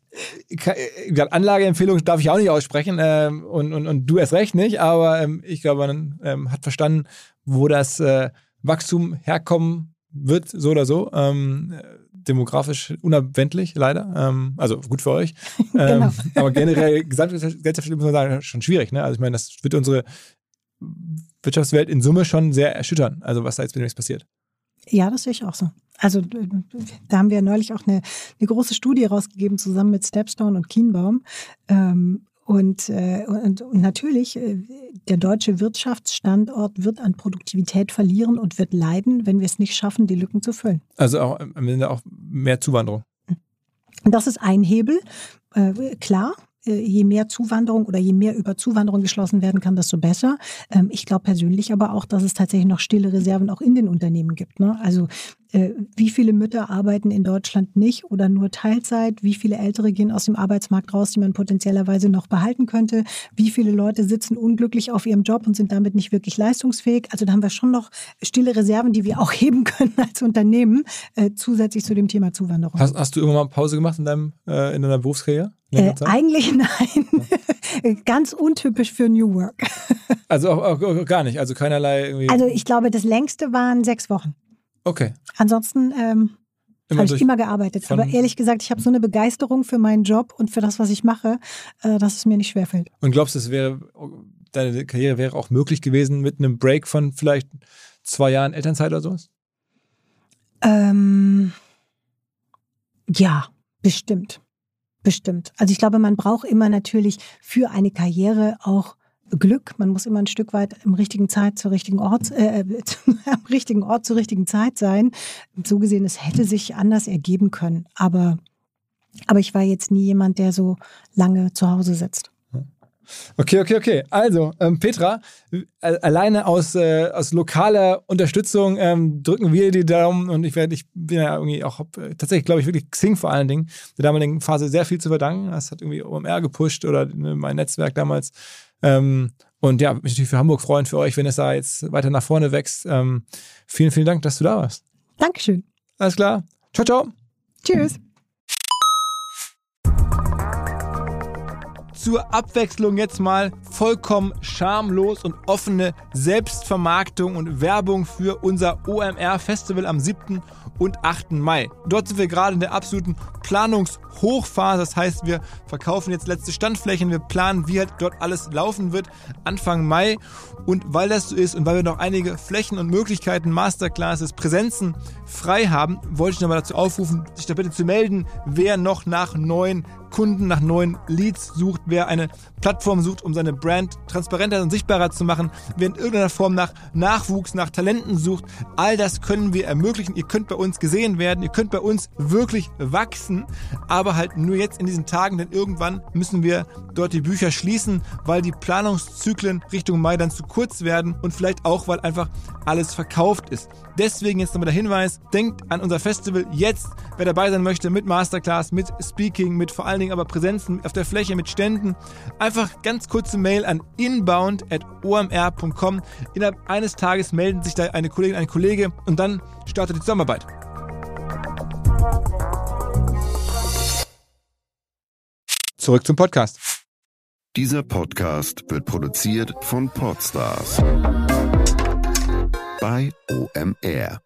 Anlageempfehlung darf ich auch nicht aussprechen ähm, und, und, und du erst recht nicht, aber ähm, ich glaube, man ähm, hat verstanden, wo das äh, Wachstum herkommen wird, so oder so. Ähm, demografisch unabwendlich, leider. Ähm, also gut für euch. Ähm, genau. Aber generell gesamtgesellschaftlich muss man sagen, schon schwierig. Ne? Also ich meine, das wird unsere Wirtschaftswelt in Summe schon sehr erschüttern, also was da jetzt demnächst passiert. Ja, das sehe ich auch so. Also da haben wir neulich auch eine, eine große Studie rausgegeben, zusammen mit Stepstone und Kienbaum. Ähm, und, äh, und, und natürlich, äh, der deutsche Wirtschaftsstandort wird an Produktivität verlieren und wird leiden, wenn wir es nicht schaffen, die Lücken zu füllen. Also auch am Ende auch mehr Zuwanderung. Und das ist ein Hebel, äh, klar. Je mehr Zuwanderung oder je mehr über Zuwanderung geschlossen werden kann, desto besser. Ich glaube persönlich aber auch, dass es tatsächlich noch stille Reserven auch in den Unternehmen gibt. Ne? Also wie viele Mütter arbeiten in Deutschland nicht oder nur Teilzeit? Wie viele Ältere gehen aus dem Arbeitsmarkt raus, die man potenziellerweise noch behalten könnte? Wie viele Leute sitzen unglücklich auf ihrem Job und sind damit nicht wirklich leistungsfähig? Also da haben wir schon noch stille Reserven, die wir auch heben können als Unternehmen, äh, zusätzlich zu dem Thema Zuwanderung. Hast, hast du irgendwann mal Pause gemacht in, deinem, äh, in deiner Berufskarriere? Äh, eigentlich nein. Ja. Ganz untypisch für New Work. Also auch, auch, auch gar nicht? Also keinerlei irgendwie... Also ich glaube, das längste waren sechs Wochen. Okay. Ansonsten ähm, habe ich immer gearbeitet. Aber ehrlich gesagt, ich habe so eine Begeisterung für meinen Job und für das, was ich mache, äh, dass es mir nicht schwerfällt. Und glaubst du, es wäre, deine Karriere wäre auch möglich gewesen mit einem Break von vielleicht zwei Jahren Elternzeit oder sowas? Ähm, ja, bestimmt. Bestimmt. Also ich glaube, man braucht immer natürlich für eine Karriere auch Glück. Man muss immer ein Stück weit im richtigen Zeit zur richtigen Ort, äh, am richtigen Ort zur richtigen Zeit sein. So gesehen, es hätte sich anders ergeben können. Aber, aber ich war jetzt nie jemand, der so lange zu Hause sitzt. Okay, okay, okay. Also, ähm, Petra, äh, alleine aus, äh, aus lokaler Unterstützung ähm, drücken wir die Daumen und ich werde, ich bin ja irgendwie auch äh, tatsächlich, glaube ich, wirklich Xing vor allen Dingen der damaligen Phase sehr viel zu verdanken. Das hat irgendwie O M R gepusht oder ne, mein Netzwerk damals. Ähm, und ja, mich natürlich für Hamburg freuen, für euch, wenn es da jetzt weiter nach vorne wächst. Ähm, vielen, vielen Dank, dass du da warst. Dankeschön. Alles klar. Ciao, ciao. Tschüss. zur Abwechslung jetzt mal vollkommen schamlos und offene Selbstvermarktung und Werbung für unser O M R-Festival am siebten und achten Mai. Dort sind wir gerade in der absoluten Planungshochphase. Das heißt, wir verkaufen jetzt letzte Standflächen, wir planen, wie halt dort alles laufen wird Anfang Mai. Und weil das so ist und weil wir noch einige Flächen und Möglichkeiten, Masterclasses, Präsenzen frei haben, wollte ich nochmal dazu aufrufen, sich da bitte zu melden, wer noch nach neuen Kunden, nach neuen Leads sucht, wer eine Plattform sucht, um seine Brand transparenter und sichtbarer zu machen, wer in irgendeiner Form nach Nachwuchs, nach Talenten sucht. All das können wir ermöglichen. Ihr könnt bei uns gesehen werden, ihr könnt bei uns wirklich wachsen, aber halt nur jetzt in diesen Tagen, denn irgendwann müssen wir dort die Bücher schließen, weil die Planungszyklen Richtung Mai dann zu kurz werden und vielleicht auch, weil einfach alles verkauft ist. Deswegen jetzt nochmal der Hinweis, denkt an unser Festival jetzt, wer dabei sein möchte, mit Masterclass, mit Speaking, mit vor allen Dingen aber Präsenzen auf der Fläche, mit Ständen. Einfach ganz kurze Mail an inbound at o m r punkt com. Innerhalb eines Tages melden sich da eine Kollegin, ein Kollege und dann startet die Zusammenarbeit. Zurück zum Podcast. Dieser Podcast wird produziert von Podstars bei O M R.